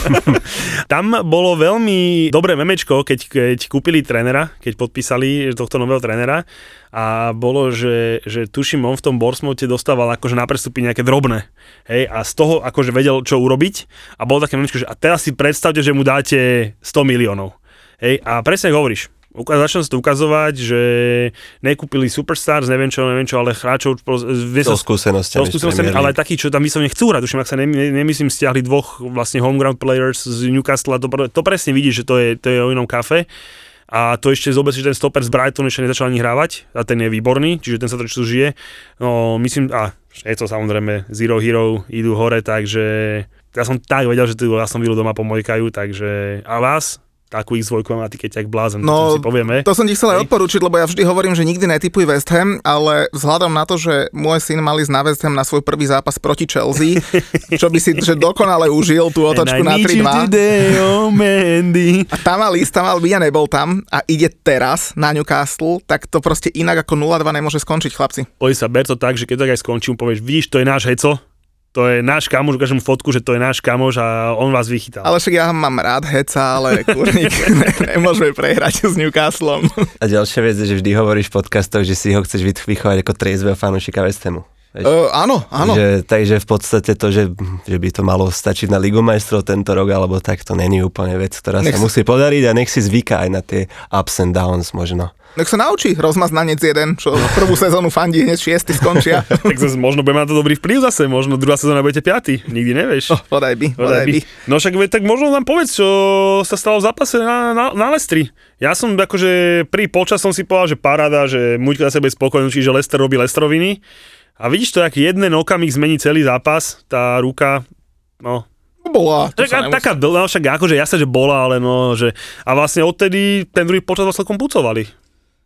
Tam bolo veľmi dobré memečko, keď, keď kúpili trénera, keď podpísali tohto nového trénera a bolo, že, že tuším, on v tom Bournemouthe dostával akože na prestupy nejaké drobné. Hej, a z toho akože vedel, čo urobiť a bolo také memečko, že a teraz si predstavte, že mu dáte sto miliónov. Hej, a presne hovoríš. Začal sa to ukazovať, že nekúpili superstars, neviem čo, neviem čo, ale hráčov so skúsenostiami, ale aj takí, čo tam vyslovene chcú hrať. Už ak sa ne, ne, nemyslím, stiahli dvoch vlastne homeground players z Newcastle, to, to presne vidí, že to je, to je o inom kafe. A to ešte zober si, že ten stoper z Brighton ešte nezačal ani hrávať a ten je výborný, čiže ten sa to čo žije. No myslím, a je to samozrejme Zero Hero, idú hore, takže ja som tak vedel, že tu ja som Vilu doma pomojkajú, takže a vás? Takú ich dvojku má keď jak blázen, no, to si povieme. To som ti chcel aj odporučiť, lebo ja vždy hovorím, že nikdy netipuj West Ham, ale vzhľadom na to, že môj syn mal ísť na West Ham na svoj prvý zápas proti Chelsea, čo by si že dokonale užil tú otočku na tri dva. Today, oh Mandy. A tam mal ísť, tam mal byť a nebol tam a ide teraz na Newcastle, tak to proste inak ako nula dva nemôže skončiť, chlapci. Poď sa, ber to tak, že keď tak aj skončím, povieš, vidíš, to je náš heco. To je náš kamoš, ukážem mu fotku, že to je náš kamoš a on vás vychytal. Ale však ja mám rád heca, ale kurník, ne, nemôžeme prehrať s Newcastlom. A ďalšia vec je, že vždy hovoríš v podcastoch, že si ho chceš vychovať ako triezveho fanúšika West Hamu. Uh, áno, áno. Že, takže v podstate to, že, že by to malo stačiť na Ligu majstrov tento rok, alebo tak, to není úplne vec, ktorá nech sa si... musí podariť a nech si zvyká aj na tie ups and downs možno. Nech sa naučí rozmaznanec jeden, čo prvú sezónu fandí hneď šiesty skončia. Tak zase možno bude mať to dobrý vplyv zase, možno druhá sezóna budete piaty, nikdy nevieš. Oh, podaj by, podaj by. No však tak možno nám povedz, čo sa stalo v zápase na, na, na Leicestri. Ja som akože pri polčas som si povedal, že paráda, že Muďko za sebe je spokojný, čiže Leicester robí Leicesteroviny. A vidíš to, jak jeden okamih zmení celý zápas, tá ruka, no... Bola. Tak, taká, no však akože jasne, že bola, ale no, že... A vlastne odtedy ten druhý počas vás celkom pucovali.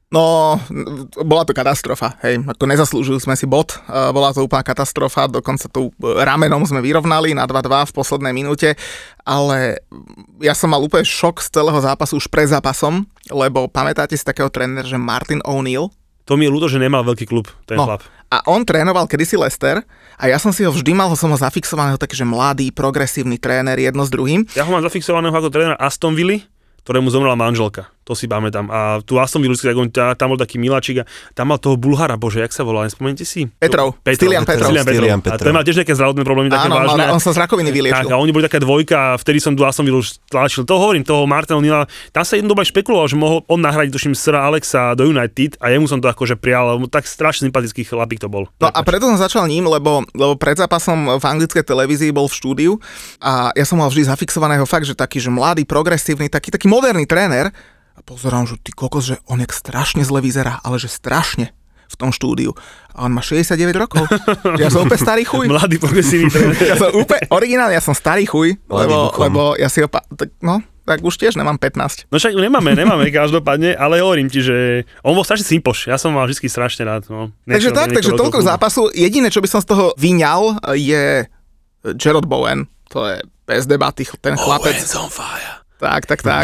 No, bola to katastrofa, hej, ako nezaslúžili sme si bod, bola to úplná katastrofa, dokonca tu ramenom sme vyrovnali na dva dva v poslednej minúte, ale ja som mal úplne šok z celého zápasu už pred zápasom, lebo pamätáte si takého trénera, že Martin O'Neill? To mi je ľúto, že nemal veľký klub, ten no, chlap. A on trénoval kedysi Leicester a ja som si ho vždy mal, som ho zafixovaného taký, že mladý, progresívny tréner, jedno s druhým. Ja ho mám zafixovaného ako trénera Aston Villa, ktorému zomrela manželka. To si pamätám. A tu Aston Villa, tam bol taký miláčik a tam mal toho Bulhara, bože, jak sa volá, nespomente si? Petrov, Petrov. Stylian Petrov. Stylian Petrov. A ten mal tiež nejaké zdravotné problémy, také áno, vážne. Áno, on sa z rakoviny vyliečil. Tak, a oni boli taká dvojka a vtedy som tu Aston Villa už tlačil. To hovorím, toho Martina O'Neilla, tam sa jednu dobu aj špekuloval, že mohol on nahradiť, tuším, Sira Alexa do United a jemu som to akože prijal, lebo tak strašne sympatický chlapík to bol. No a preto som začal ním, lebo, lebo pred zápasom v anglickej televízii bol v štúdiu a ja som mal vždy zafixovaného fakt, že taký, že mladý, progresívny, taký, taký moderný tréner. A pozerám, že ty kokos, že on jak strašne zle vyzerá, ale že strašne v tom štúdiu. A on má šesťdesiatdeväť rokov. Ja som úplne starý chuj. Mladý, progresívny tréner. Ja som úplne originálny, ja som starý chuj, lebo, lebo ja si ho... Pa- tak, no, tak už tiež nemám pätnásť. No však nemáme, nemáme každopádne, ale hovorím ti, že on bol strašne simpoš. Ja som mal vždy strašne rád. No. Takže tak, takže toľko zápasu. Jediné, čo by som z toho vyňal, je Jarrod Bowen. To je bez debaty, ten chlapec. Bowen's on fire. Tak, tak, tak.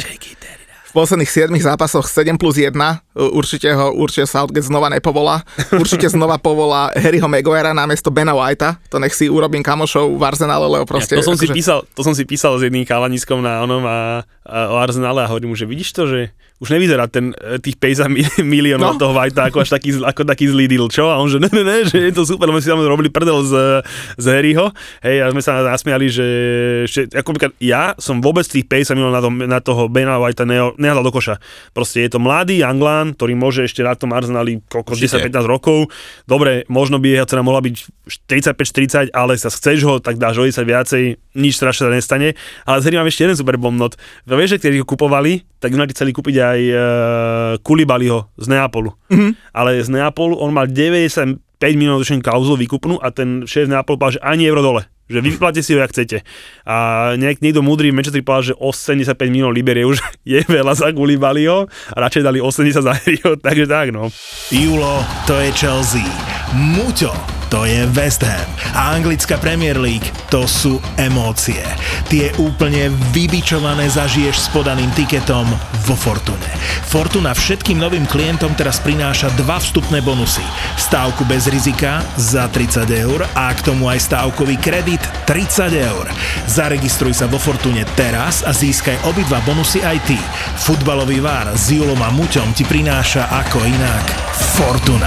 V posledných siedmich zápasoch sedem plus jeden, určite ho, určite Southgate znova nepovolá. Určite znova povolá Harryho Maguirea namiesto Bena Whitea. To nech si urobím kamošov v Arsenále, lebo proste... Ja, to, som akože... si písal, to som si písal s jedným kalaniskom na onom a, a o Arsenále a hovorím mu, že vidíš to, že už nevyzerá ten, tých päťdesiat miliónov no. toho Whitea ako až taký, ako taký zlý deal, čo? A on že ne, ne, ne, že je to super, lebo si tam robili prdel z, z Harryho. Hej, a sme sa nasmiali, že, že ako napríklad ja som vôbec tých päťdesiat miliónov na, to, na toho Bena Whitea nehľadal do koša. Proste je to mladý Anglán, ktorý môže ešte na tom Arsenáli koľko desať pätnásť rokov. Dobre, možno by jeho cena mohla byť tridsaťpäť štyridsať, ale sa chceš ho, tak dáš o desať viacej, nič strašne sa nestane. Ale z Harry mám ešte jeden super bombnot. Vieš, že ktorí ho kupovali, tak United chceli kúpiť aj uh, Koulibalyho z Neapolu. Mm-hmm. Ale z Neapolu on mal deväťdesiatpäť miliónov klauzulu výkupnú a ten šéf z Neapolu povedal, že ani euro dole. Že vyplatíte si ho, jak chcete. A nejak, niekto múdry v Manchesteri povedal, že osemdesiatpäť miliónov liber je už je veľa za Koulibalyho a radšej dali osemdesiat za Harryho, takže tak no. Julo, to je Chelsea. Muťo, to je West Ham. A anglická Premier League, to sú emócie. Tie úplne vybičované zažiješ s podaným tiketom vo Fortune. Fortuna všetkým novým klientom teraz prináša dva vstupné bonusy. Stávku bez rizika za tridsať eur a k tomu aj stávkový kredit tridsať eur. Zaregistruj sa vo Fortune teraz a získaj obidva bonusy aj ty. Futbalový vár s Julom a Muťom ti prináša ako inak Fortuna.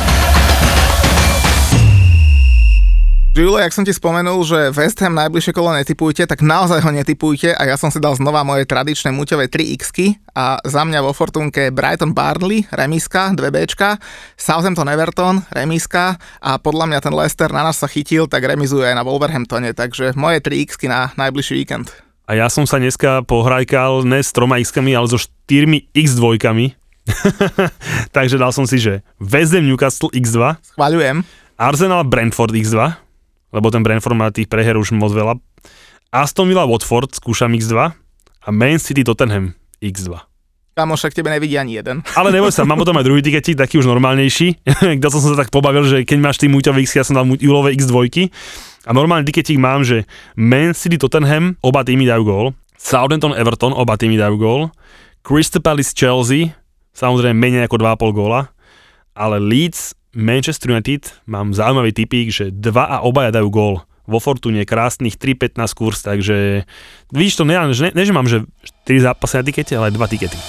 Julo, jak som ti spomenul, že West Ham najbližšie kolo netipujte, tak naozaj ho netipujte a ja som si dal znova moje tradičné muťové tri iksky a za mňa vo Fortunke Brighton Burnley, remiska, dve béčka, Southampton Everton, remiska a podľa mňa ten Leicester na nás sa chytil, tak remizuje aj na Wolverhamptone, takže moje tri iksky na najbližší víkend. A ja som sa dneska pohrajkal ne s troma x-kami, ale so štyrmi x dvojkami. Takže dal som si, že West Ham Newcastle iks dva, schvaľujem, Arsenal Brentford iks dva, lebo ten Brentford má tých preher už moc veľa. Aston Villa Watford skúšam iks dva a Man City Tottenham iks dva. Kamo, však tebe nevidí ani jeden. Ale neboj sa, mám potom aj druhý tiketík, taký už normálnejší. Kde som sa tak pobavil, že keď máš ty muťové x, ja som dal Julové iks dva. A normálny tiketík mám, že Man City Tottenham, oba týmy dajú gól. Southampton Everton, oba týmy dajú gól. Crystal Palace Chelsea, samozrejme menej ako dva a pol góla. Ale Leeds Manchester United, mám zaujímavý tipík, že dva a obaja dajú gól. Vo Fortune krásnych tri pätnásť kurz, takže vidíš to, ne, ne, ne že mám, že štyri zápasy na tikete, ale aj dva tikety.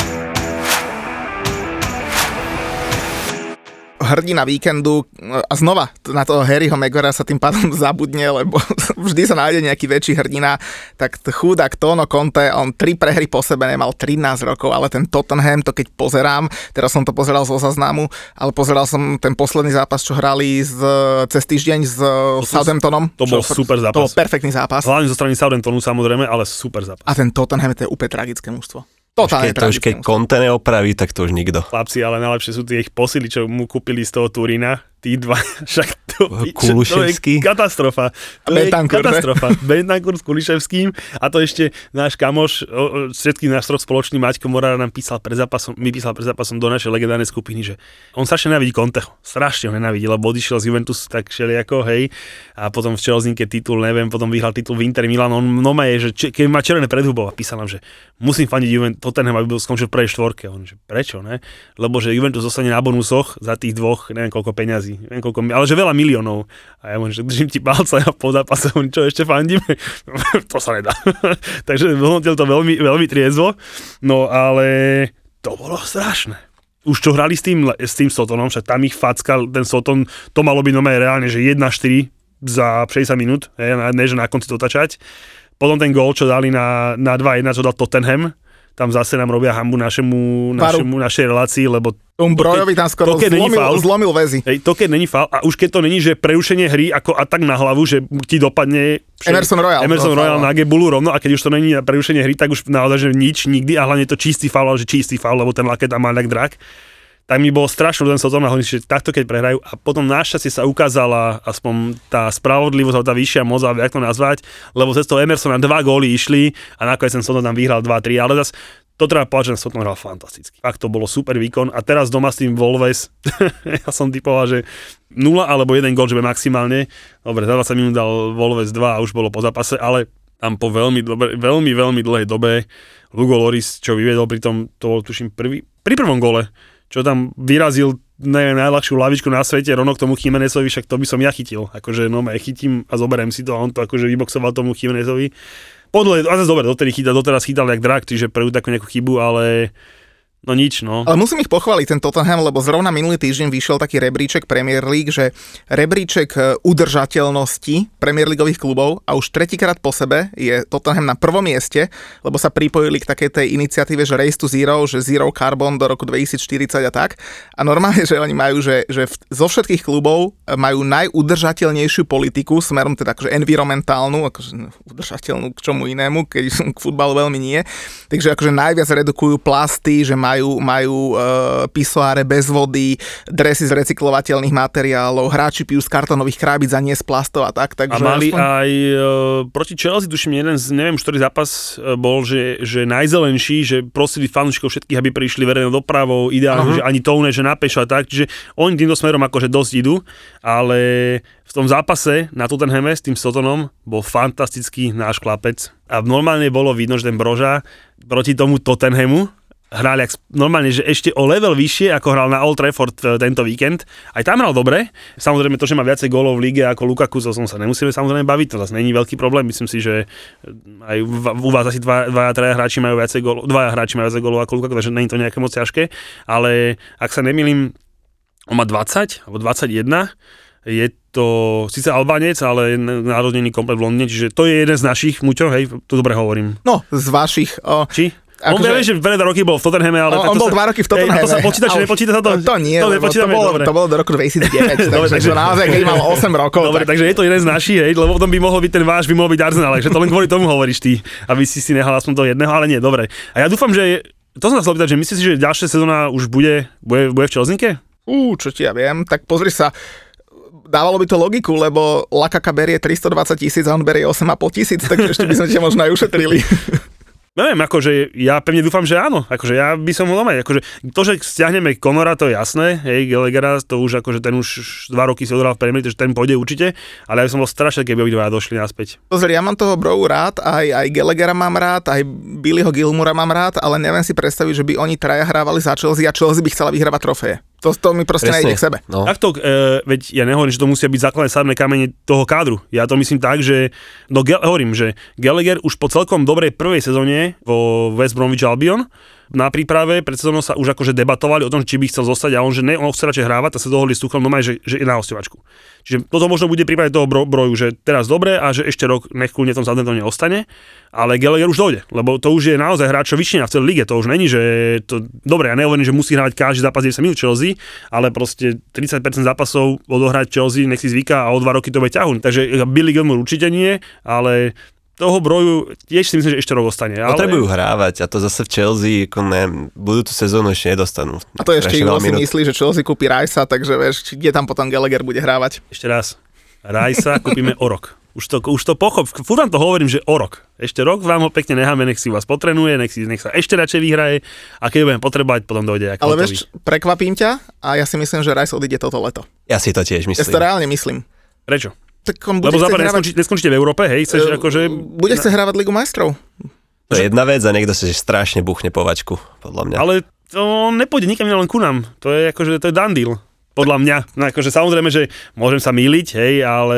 Hrdina víkendu a znova na toho Harryho Maguirea sa tým pádom zabudne, lebo vždy sa nájde nejaký väčší hrdina, tak chudák Tono Conte, on tri prehry po sebe nemal trinásť rokov, ale ten Tottenham, to keď pozerám, teraz som to pozeral zo záznamu, ale pozeral som ten posledný zápas, čo hrali z, cez týždeň s Southamptonom. To bol super zápas. To bol perfektný zápas. Hlavne zo strany Southamptonu samozrejme, ale super zápas. A ten Tottenham, to je úplne tragické mužstvo. Totálne to už keď Conte neopraví, tak to už nikto. Chlapci, ale najlepšie sú tie ich posily, čo mu kúpili z toho Turína. tí dva, však to, Kuliševský. to je katastrofa. To je Bentancur, katastrofa. Bentancur s Kuliševským a to ešte náš kamoš, všetkých náš troch spoločný Maťko Morara nám písal pred zápasom, mi písal pred zápasom do našej legendárnej skupiny, že on strašne nenávidí Conteho. Strašne ho nenávidí, lebo odišiel z Juventus tak všelijako, hej. A potom v Chelsea titul, neviem, potom vyhral titul v Inter Milan. On noma je, že keď má červené predhubov a písal nám, že musím fandiť Juventus, Tottenham, aby bol skončil v prvej štvorke. On, že prečo, ne? Lebo že Juventus zostane na bonusoch za tých dvoch, neviem koľko peňazí, neviem koľko, ale že veľa miliónov. A ja môžem, že držím ti palca a po zápase, on čo ešte fandíme? To sa nedá. Takže hodnotil to veľmi, veľmi triezvo. No ale to bolo strašné. Už čo hrali s tým, s tým Sotonom, však tam ich fackal, ten Soton, to malo byť normálne reálne, že jedna štyri za šesťdesiat minút, ne, že na konci to tačať. Potom ten gól, čo dali na, na dva jedna, čo dal Tottenham, tam zase nám robia hambu našemu, našemu našej relácii, lebo Um Brojovi tam skoro to, zlomil, faul, zlomil väzy. Hej, to keď není faul, a už keď to není, že prerušenie hry ako atak na hlavu, že ti dopadne Emerson Royal. Emerson Royal na Gebulu rovno, a keď už to není prerušenie hry, tak už naozaj, že nič, nikdy, a hlavne to čistý faul, ale že čistý faul, lebo ten Laket tam má tak drak. Tak mi bolo strašne ten Soton nahodný, že takto keď prehrajú, a potom našťastie sa ukázala aspoň tá spravodlivosť, tá vyššia moc, alebo jak to nazvať, lebo cez toho Emersona dva góly išli a nakoniec ten Soton tam vyhral dva tri, ale zase to treba povedať, že Soton hral fantasticky. Fakt to bolo super výkon a teraz doma s tým Wolves, ja som typoval, že nula alebo jeden gól, že bude maximálne. Dobre, za dvadsať minút dal Wolves dva a už bolo po zápase, ale tam po veľmi, dobre, veľmi, veľmi dlhej dobe Hugo Lloris, čo vyvedol pri tom, to bol tuším prvý, pri prvom gole, čo tam vyrazil neviem, najľahšiu lavičku na svete, rovno k tomu Chimenezovi, však to by som ja chytil. Akože no ja chytím a zoberiem si to a on to akože vyboxoval tomu Chimenezovi. Podľa, a zase dobre, doteraz chytal, doteraz chytal jak drak, čiže prvú takú nejakú chybu, ale no nič, no. Ale musím ich pochváliť, ten Tottenham, lebo zrovna minulý týždeň vyšiel taký rebríček Premier League, že rebríček udržateľnosti Premier Leagueových klubov a už tretíkrát po sebe je Tottenham na prvom mieste, lebo sa pripojili k takej tej iniciatíve, že Race to Zero, že Zero Carbon do roku dvetisícštyridsať a tak. A normálne, že oni majú, že, že v, zo všetkých klubov majú najudržateľnejšiu politiku, smerom teda akože environmentálnu, akože udržateľnú k čomu inému, keď k futbalu veľmi nie. Takže akože najviac redukujú plasty, že majú Majú, majú e, pisoáre bez vody, dresy z recyklovateľných materiálov, hráči pijú z kartónových krábic a nie z plastov a tak. Takže a mali aspoň... aj e, proti Chelsea, tuším, jeden z, neviem, ktorý zápas bol, že, že najzelenší, že prosili fanúšikov všetkých, aby prišli verejnou dopravou, ideálne, uh-huh. že ani toune, že na pešo a tak, čiže oni týmto smerom akože dosť idú, ale v tom zápase na Tottenhame s tým Sotonom bol fantastický náš chlapec a normálne bolo vidno, že ten Broža proti tomu Tottenhamu hral jak, normálne, že ešte o level vyššie, ako hral na Old Trafford tento víkend. Aj tam hral dobre. Samozrejme to, že má viacej gólov v líge ako Lukaku, to som sa nemusíme samozrejme baviť, to zase není veľký problém. Myslím si, že aj u vás asi dva, dvaja, traja hráči majú viacej gólov, dvaja hráči majú viacej gólov ako Lukaku, takže není to nejaké moc ťažké. Ale ak sa nemýlim, on má dvadsať alebo dvadsaťjeden. Je to síce Albánec, ale narodený komplet v Londýne, čiže to je jeden z našich, Muťo, hej, to dobre hovorím. No, z vašich. O... Či? On vie, že veľa roky bol v Tottenhame, ale... On, on bol sa, dva roky v Tottenhame. Ej, a to sa počíta, či nepočíta sa to? To nie, to, lebo to, bolo, to bolo do roku dvetisícdeväť, takže, takže naozaj, keď mal osem rokov. Dobre, tak... takže je to jeden z našich, hej, lebo potom by mohol byť ten váš, by mohol byť Arsenal, že to len kvôli tomu hovoríš ty, aby si si nehal aspoň toho jedného, ale nie, dobre. A ja dúfam, že... To som sa chcel pýtať, že myslíš si, že ďalšia sezóna už bude, bude, bude v Chelsea? Ú, čo ti ja viem, tak pozri sa, dávalo by to logiku, lebo Lakaka berie tristodvadsať tisíc a on berie osem a pol tisíc, takže ešte by sme ťa možno aj ušetrili. Neviem, akože ja pevne dúfam, že áno, akože ja by som ho doma, akože to, že stiahneme Conora, to je jasné, hej, Gallaghera, to už akože ten už dva roky si odhral v Premier League, takže ten pôjde určite, ale ja som bol strašný, keby obidvaja došli naspäť. Pozri, ja mám toho Browu rád, aj, aj Gallaghera mám rád, aj Billyho Gilmoura mám rád, ale neviem si predstaviť, že by oni traja hrávali za Chelsea a Chelsea by chcela vyhrávať trofeje. To, to mi proste nejde k sebe. No. Takto, e, veď ja nehovorím, že to musia byť základné stavebné kamene toho kádru. Ja to myslím tak, že no, Gall- hovorím, že Gallagher už po celkom dobrej prvej sezóne vo West Bromwich Albion na príprave pred sezónou sa už akože debatovali o tom, či by chcel zostať a on, že ne, on chce radšej hrávať a sa dohodli s Tuchelom doma, že, že je na hostovačku. Čiže toto možno bude prípade toho bro, broju, že teraz dobre a že ešte rok nech kľudne v tom Southamptone ostane, ale Gallagher už dojde, lebo to už je naozaj hráč, čo vyššina v celej lige, to už není, že to dobre, ja nehovorím, že musí hrávať každý zápas deväťdesiat minút Chelsea, ale proste tridsať percent zápasov odohrať Chelsea, nech si zvyká a o dva roky to bude ťahun. Takže Billy Gilmour určite nie, ale toho broju tiež si myslím, že ešte rok ostane. Ale... Potrebujú hrávať a to zase v Chelsea, ako ne, budúcu sezónu ešte nedostanú. A to ešte Ivo si myslí, že Chelsea kúpi Ricea, takže vieš, kde tam potom Gallagher bude hrávať. Ešte raz, Ricea kúpime o rok. Už to, už to pochop, furt vám to hovorím, že o rok. Ešte rok vám ho pekne necháme, nech si vás potrenuje, nech, si, nech sa ešte radšej vyhraje a keď budeme potrebovať, potom dojde. Ale vieš, prekvapím ťa a ja si myslím, že Rice odíde toto leto. Ja si to tiež myslím. Ja si to reálne myslím. Prečo? Tak on bude Lebo západ hrávať... neskončí, neskončíte v Európe, hej? Chceš, uh, akože... Bude chcieť hrávať Ligu majstrov. To je jedna vec a niekto sa strašne buchne povačku, podľa mňa. Ale to nepôjde nikam len ku nám. To je akože, to je done deal. Podľa mňa. No akože samozrejme, že môžem sa mýliť, hej, ale...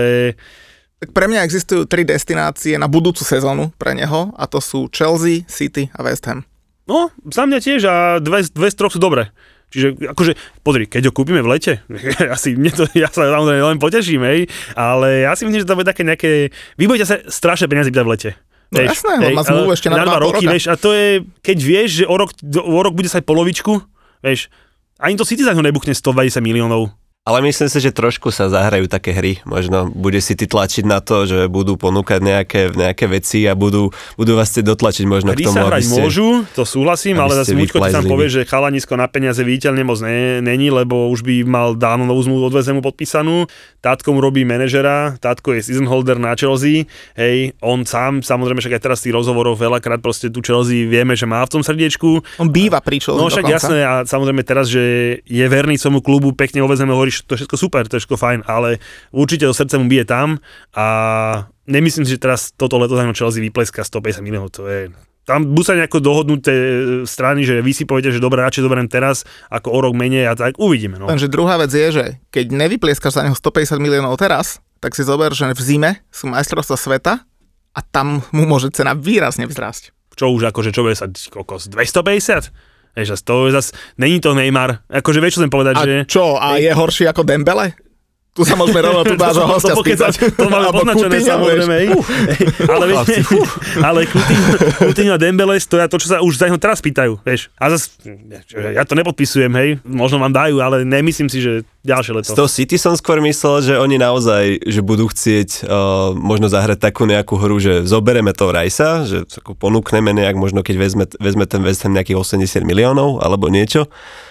Tak pre mňa existujú tri destinácie na budúcu sezónu pre neho a to sú Chelsea, City a West Ham. No, za mňa tiež a dve, dve z troch sú dobré. Čiže akože, pozri, keď ho kúpime v lete, asi mne to, ja sa samozrejme len poteším, hej, ale ja si myslím, že to bude také nejaké, vy budete sa strašné peniaze pýtať v lete. No vieš, jasné, hej, má zmluvu ešte na, na dva roky, vieš, a to je, keď vieš, že o rok, o rok bude sa aj polovičku, vieš, ani to City za ňo nebuchne stodvadsať miliónov. Ale myslím si, že trošku sa zahrajú také hry. Možno bude si ty tlačiť na to, že budú ponúkať nejaké, nejaké veci a budú, budú vás chcieť dotlačiť možno hry k tomu, sa hrať aby ste... môžu, to súhlasím, ale zase Muťko ti tam povie, že chalanisko na peniaze viditeľne moc ne, není, lebo už by mal dávno novú zmluvu od West Hamu podpísanú. Tátko mu robí manažera, tátko je season holder na Chelsea, hej, on sám, samozrejme, však aj teraz tých rozhovorov veľakrát proste tu Chelsea vieme, že má v tom srdiečku. On býva pri Chelsea. No však jasné a samozrejme teraz, že je verný svojmu klubu, pekne o West Hamu hovorí, to je všetko super, to je všetko fajn, ale určite to srdce mu bije tam a nemyslím si, že teraz toto leto za Chelsea vypleská stopäťdesiat miliónov, to je... Tam buď sa nejako dohodnúť tie strany, že vy si poviete, že dobre, radšej zoberiem teraz, ako o rok menej a tak, uvidíme. No. Lenže druhá vec je, že keď nevyplieskaš za neho stopäťdesiat miliónov teraz, tak si zober, že v zime sú majstrovstvá sveta a tam mu môže cena výrazne vzrásť. Čo už akože, čo bude sa, kokos, dvestopäťdesiat? Jež, to je zas, není to Neymar, akože vieš, čo chcem povedať, a že... čo, a je horší ako Dembele? Tu sa môžeme rovno tu nášho hostia spýtať. To máme poznačené, samozrejme. Uh, ale vieš, uh, ale Coutinho a Dembele stoja to, čo sa už za neho teraz pýtajú, vieš. A zase, ja to nepodpisujem, hej, možno vám dajú, ale nemyslím si, že ďalšie leto. Z toho City som skôr myslel, že oni naozaj, že budú chcieť uh, možno zahrať takú nejakú hru, že zobereme toho Ricea, že ponúkneme nejak, možno keď vezme, vezme ten West Ham nejakých osemdesiat miliónov, alebo niečo.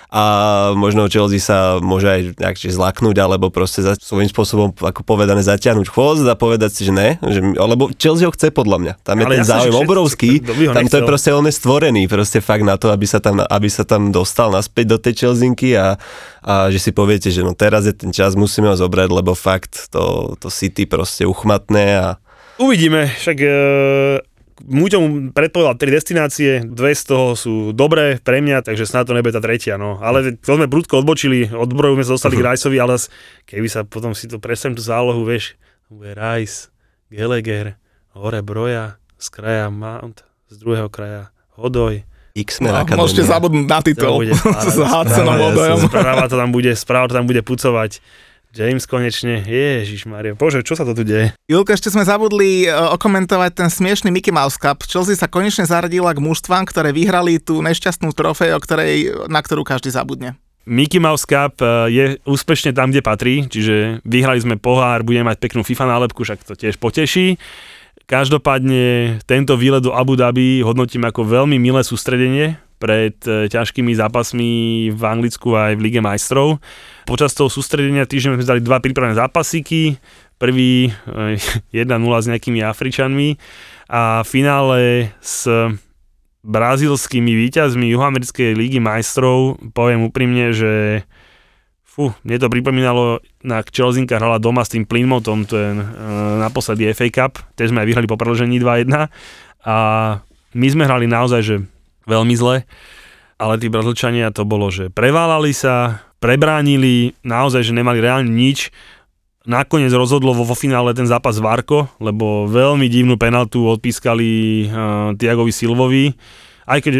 A možno Chelsea sa môže aj nejakže zlaknúť, alebo proste za svojím spôsobom, ako povedané, zatiahnuť chvost a povedať si, že ne, že, lebo Chelsea ho chce podľa mňa. Tam je ale ten ja záujem obrovský, tam to je proste, on je stvorený proste fakt na to, aby sa tam, aby sa tam dostal naspäť do tej Chelseanky a, a že si poviete, že no teraz je ten čas, musíme ho zobrať, lebo fakt to, to City proste uchmatné a... Uvidíme, však... E- Muťo mu predpovedal tri destinácie, dve z toho sú dobré pre mňa, takže snad to nebude tá tretia, no. Ale to sme prudko odbočili, od broju sme sa dostali uh-huh. k Riceovi, ale keby sa potom si to predstavím tú zálohu, vieš, bude Rice, Gallagher, hore broja, z kraja Mount, z druhého kraja Hodoj. X-Men no, môžete zabudnúť na titul s Hudsonom Hodojom. Správa to tam bude, správa to tam bude pucovať. James konečne, ježišmaria, bože, čo sa to tu deje? Julko, ešte sme zabudli okomentovať ten smiešný Mickey Mouse Cup. Chelsea sa konečne zaradila k mužstvám, ktoré vyhrali tú nešťastnú trofej, o ktorej, na ktorú každý zabudne. Mickey Mouse Cup je úspešne tam, kde patrí, čiže vyhrali sme pohár, budeme mať peknú FIFA nálepku, však to tiež poteší. Každopádne tento výlet do Abu Dhabi hodnotím ako veľmi milé sústredenie pred ťažkými zápasmi v Anglicku aj v Lige majstrov. Počas toho sústredenia týždeň sme dali dva prípravné zápasíky. Prvý jedna nula s nejakými Afričanmi a v finále s brazílskymi víťazmi Juhoamerickej lígy majstrov poviem úprimne, že fú, mne to pripomínalo, na Chelsea hrala doma s tým Plymouthom, to je naposledy ef á Cup, tiež sme aj vyhrali po predĺžení dva jedna a my sme hrali naozaj, že veľmi zle, ale tí Brazílčania to bolo, že preválali sa, prebránili, naozaj, že nemali reálne nič. Nakoniec rozhodlo vo, vo finále ten zápas Varko, lebo veľmi divnú penaltu odpískali uh, Thiagovi Silvovi, aj keď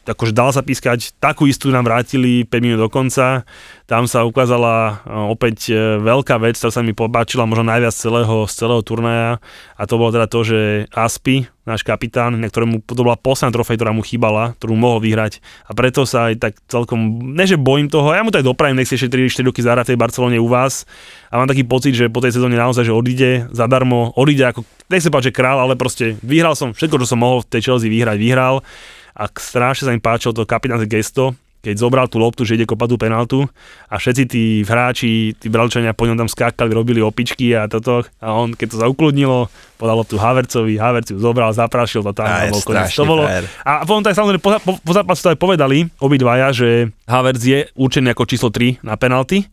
akože dal sa pískať, takú istú nám vrátili päť minút do konca, tam sa ukázala opäť veľká vec, ktorá sa mi popáčila možno najviac z celého, z celého turnaja a to bolo teda to, že Aspi, náš kapitán, na ktorému to bola posledná trofej, ktorá mu chýbala, ktorú mohol vyhrať a preto sa aj tak celkom, ne že bojím toho, ja mu to aj dopravím, nech si ešte tri štyri roky zahrať v tej Barcelone u vás a mám taký pocit, že po tej sezóne naozaj, že odíde zadarmo, odíde ako, nech sa páči, že král, ale proste vyhral som všetko, čo som mohol v tej Chelsea vyhrať, vyhral. A strašne sa mi páčilo to kapitánske gesto, keď zobral tú loptu, že ide kopať tú penaltu a všetci tí hráči, tí Bralčania po ňom tam skákali, robili opičky a toto a on, keď to zaukludnilo, podal loptu Havertzovi, Havertz ju zobral, zaprášil to tam. Aj, bol koniec. To bolo, a potom tak samozrejme po, po, po zápasu to aj povedali obidvaja, že Havertz je určený ako číslo tri na penalty.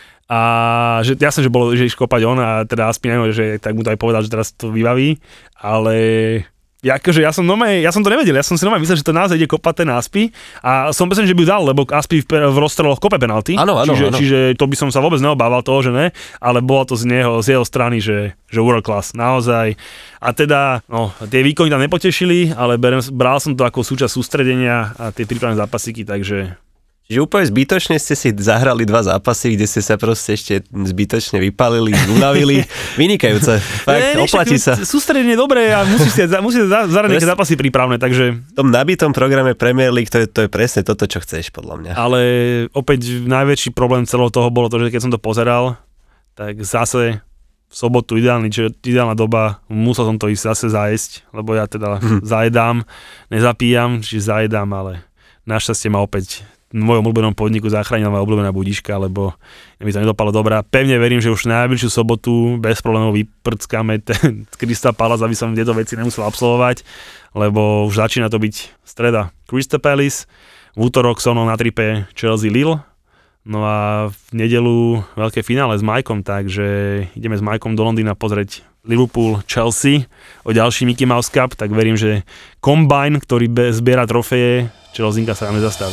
A že jasne, že bolo, že iš kopať on a teda Aspi neviem, že tak mu to aj povedal, že teraz to vybaví, ale ja, akože ja som normálne, ja som to nevedel, ja som si normálne myslel, že to naozaj ide kopať ten Aspi a som presvedčený, že by ju dal, lebo Aspi v, v rozstreloch kope penalty, áno, áno, čiže, áno. čiže to by som sa vôbec neobával toho, že ne, ale bolo to z neho, z jeho strany, že, že world class, naozaj. A teda, no, tie výkony tam nepotešili, ale berem, bral som to ako súčasť sústredenia a tie prípravné zápasíky, takže... Čiže úplne zbytočne ste si zahrali dva zápasy, kde ste sa proste ešte zbytočne vypálili, unavili. Vynikajúce. Fakt, ne, oplatí sa. Sústredenie je dobré a musíš si, musíš zahrať nejaké zápasy prípravné, takže... V tom nabitom programe Premier League to je, to je presne toto, čo chceš, podľa mňa. Ale opäť najväčší problém celého toho bolo to, že keď som to pozeral, tak zase v sobotu ideálny, čiže ideálna doba, musel som to ísť zase zajesť, lebo ja teda hm. zajedám, nezapíjam, čiže zajedám, ale našťastie ma opäť v mojom obľúbenom podniku zachránila moja obľúbená budička, lebo mi to nedopadlo dobrá. Pevne verím, že už najbližšiu sobotu bez problémov vyprckáme ten Crystal Palace, aby som tieto veci nemusel absolvovať, lebo už začína to byť streda Crystal Palace, v útorok so mnou na tripe Chelsea Lille, no a v nedelu veľké finále s Majkom, takže ideme s Majkom do Londýna pozrieť Liverpool, Chelsea o ďalší Mickey Mouse Cup, tak verím, že Combine, ktorý be- zbiera trofeje, Chelseainka sa nám nezastaví.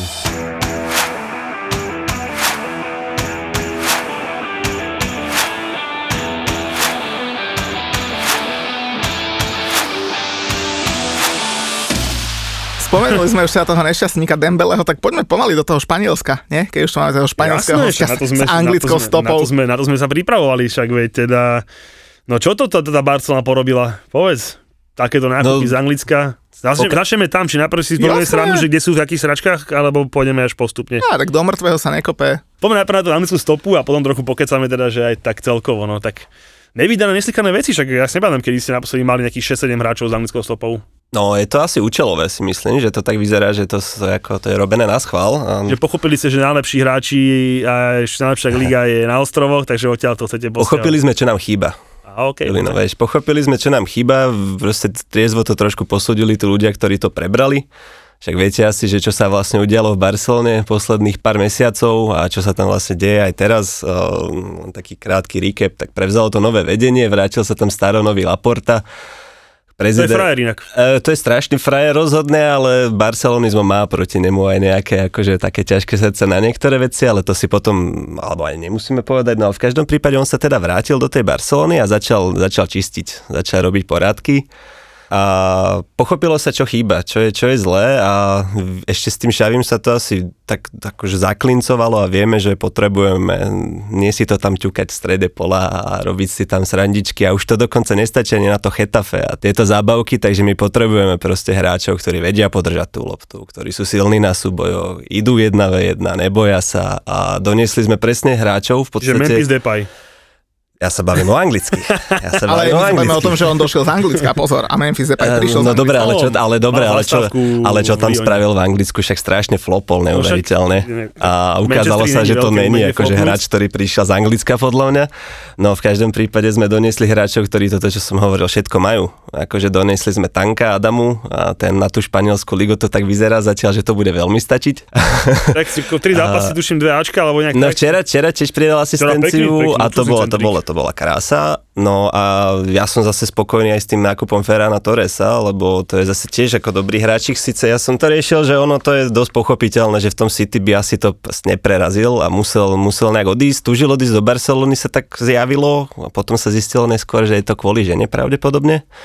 Spomenuli sme už sa toho nešťastníka Dembeleho, tak poďme pomaly do toho Španielska, nie? Keď už to máme toho španielského hostia s anglickou stopou. Na to, sme, na to sme sa pripravovali, však veď teda... No čo to teda Barcelona porobila? Povedz, takéto nákupy no, z Anglicka. Začneme tam, či najprv si zboríme srandu, že kde sú v akých sračkách, alebo pôjdeme až postupne. Á, tak do mŕtvého sa nekope. Poďme najprv na tú anglickú stopu a potom trochu pokecáme teda, že aj tak celkovo, no tak... Nevydané, neslikané veci, však ja si nebádam, kedy ste naposledy mali nejakých šesť sedem hráčov s anglickou stopou. No, je to asi účelové, si myslím, že to tak vyzerá, že to, ako, to je robené na schvál. Že pochopili ste, že najlepší hráči a ešte najlepšia liga je na ostrovoch, takže odtiaľ to chcete posielať. Pochopili sme, čo nám chýba. A okay, no, vieš, pochopili sme, čo nám chýba, proste triezvo to trošku posúdili tí ľudia, ktorí to prebrali. Však viete asi, že čo sa vlastne udialo v Barcelone posledných pár mesiacov a čo sa tam vlastne deje aj teraz, o, taký krátky recap, tak prevzalo to nové vedenie, vrátil sa tam staronový Laporta. Prezident, to je frajer inak. E, to je strašný frajer rozhodne, ale barcelonizmo má proti nemu aj nejaké akože také ťažké srdce na niektoré veci, ale to si potom, alebo aj nemusíme povedať, no ale v každom prípade on sa teda vrátil do tej Barcelony a začal, začal čistiť, začal robiť porádky. A pochopilo sa, čo chýba, čo je, čo je zlé a ešte s tým Xavim sa to asi tak akože zaklincovalo a vieme, že potrebujeme nie si to tam ťukať v strede pola a robiť si tam srandičky a už to dokonca nestačí ani na to Getafe a tieto zábavky, takže my potrebujeme proste hráčov, ktorí vedia podržať tú loptu, ktorí sú silní na súbojoch, idú jedna ve jedna, neboja sa a doniesli sme presne hráčov v podstate... Že Memphis Depay. Ja sa bavím o anglicky. Ja sa ale bavím o anglicky. Ale o tom, že on došiel z Anglicka, pozor. A Memphis Depay prišiel no, z Anglicka. Dobre, ale čo, ale, dobre, ale, čo, ale čo tam spravil v Anglicku, však strašne flopol neuveriteľne. A ukázalo sa, že to není akože hráč, ktorý prišiel z Anglicka podľa mňa. No v každom prípade sme doniesli hráčov, ktorí toto, čo som hovoril, všetko majú. Akože doniesli sme Tanka Adamu a ten na tú španielskú ligu to tak vyzerá zatiaľ, že to bude veľmi stačiť. Tak si tri zápasy, tuším dve Ačka, alebo nejak no včera, včera tiež pridal asistenciu a to bolo, to bolo, to bola krása. No a ja som zase spokojný aj s tým nákupom Ferrana Torresa, lebo to je zase tiež ako dobrý hráčik. Sice ja som to riešil, že ono to je dosť pochopiteľné, že v tom City by asi to neprerazil a musel, musel nejak odísť. Túžil odísť do Barcelony, sa tak zjavilo a potom sa zistilo neskôr, že je to kvôli žene pravdepodobne.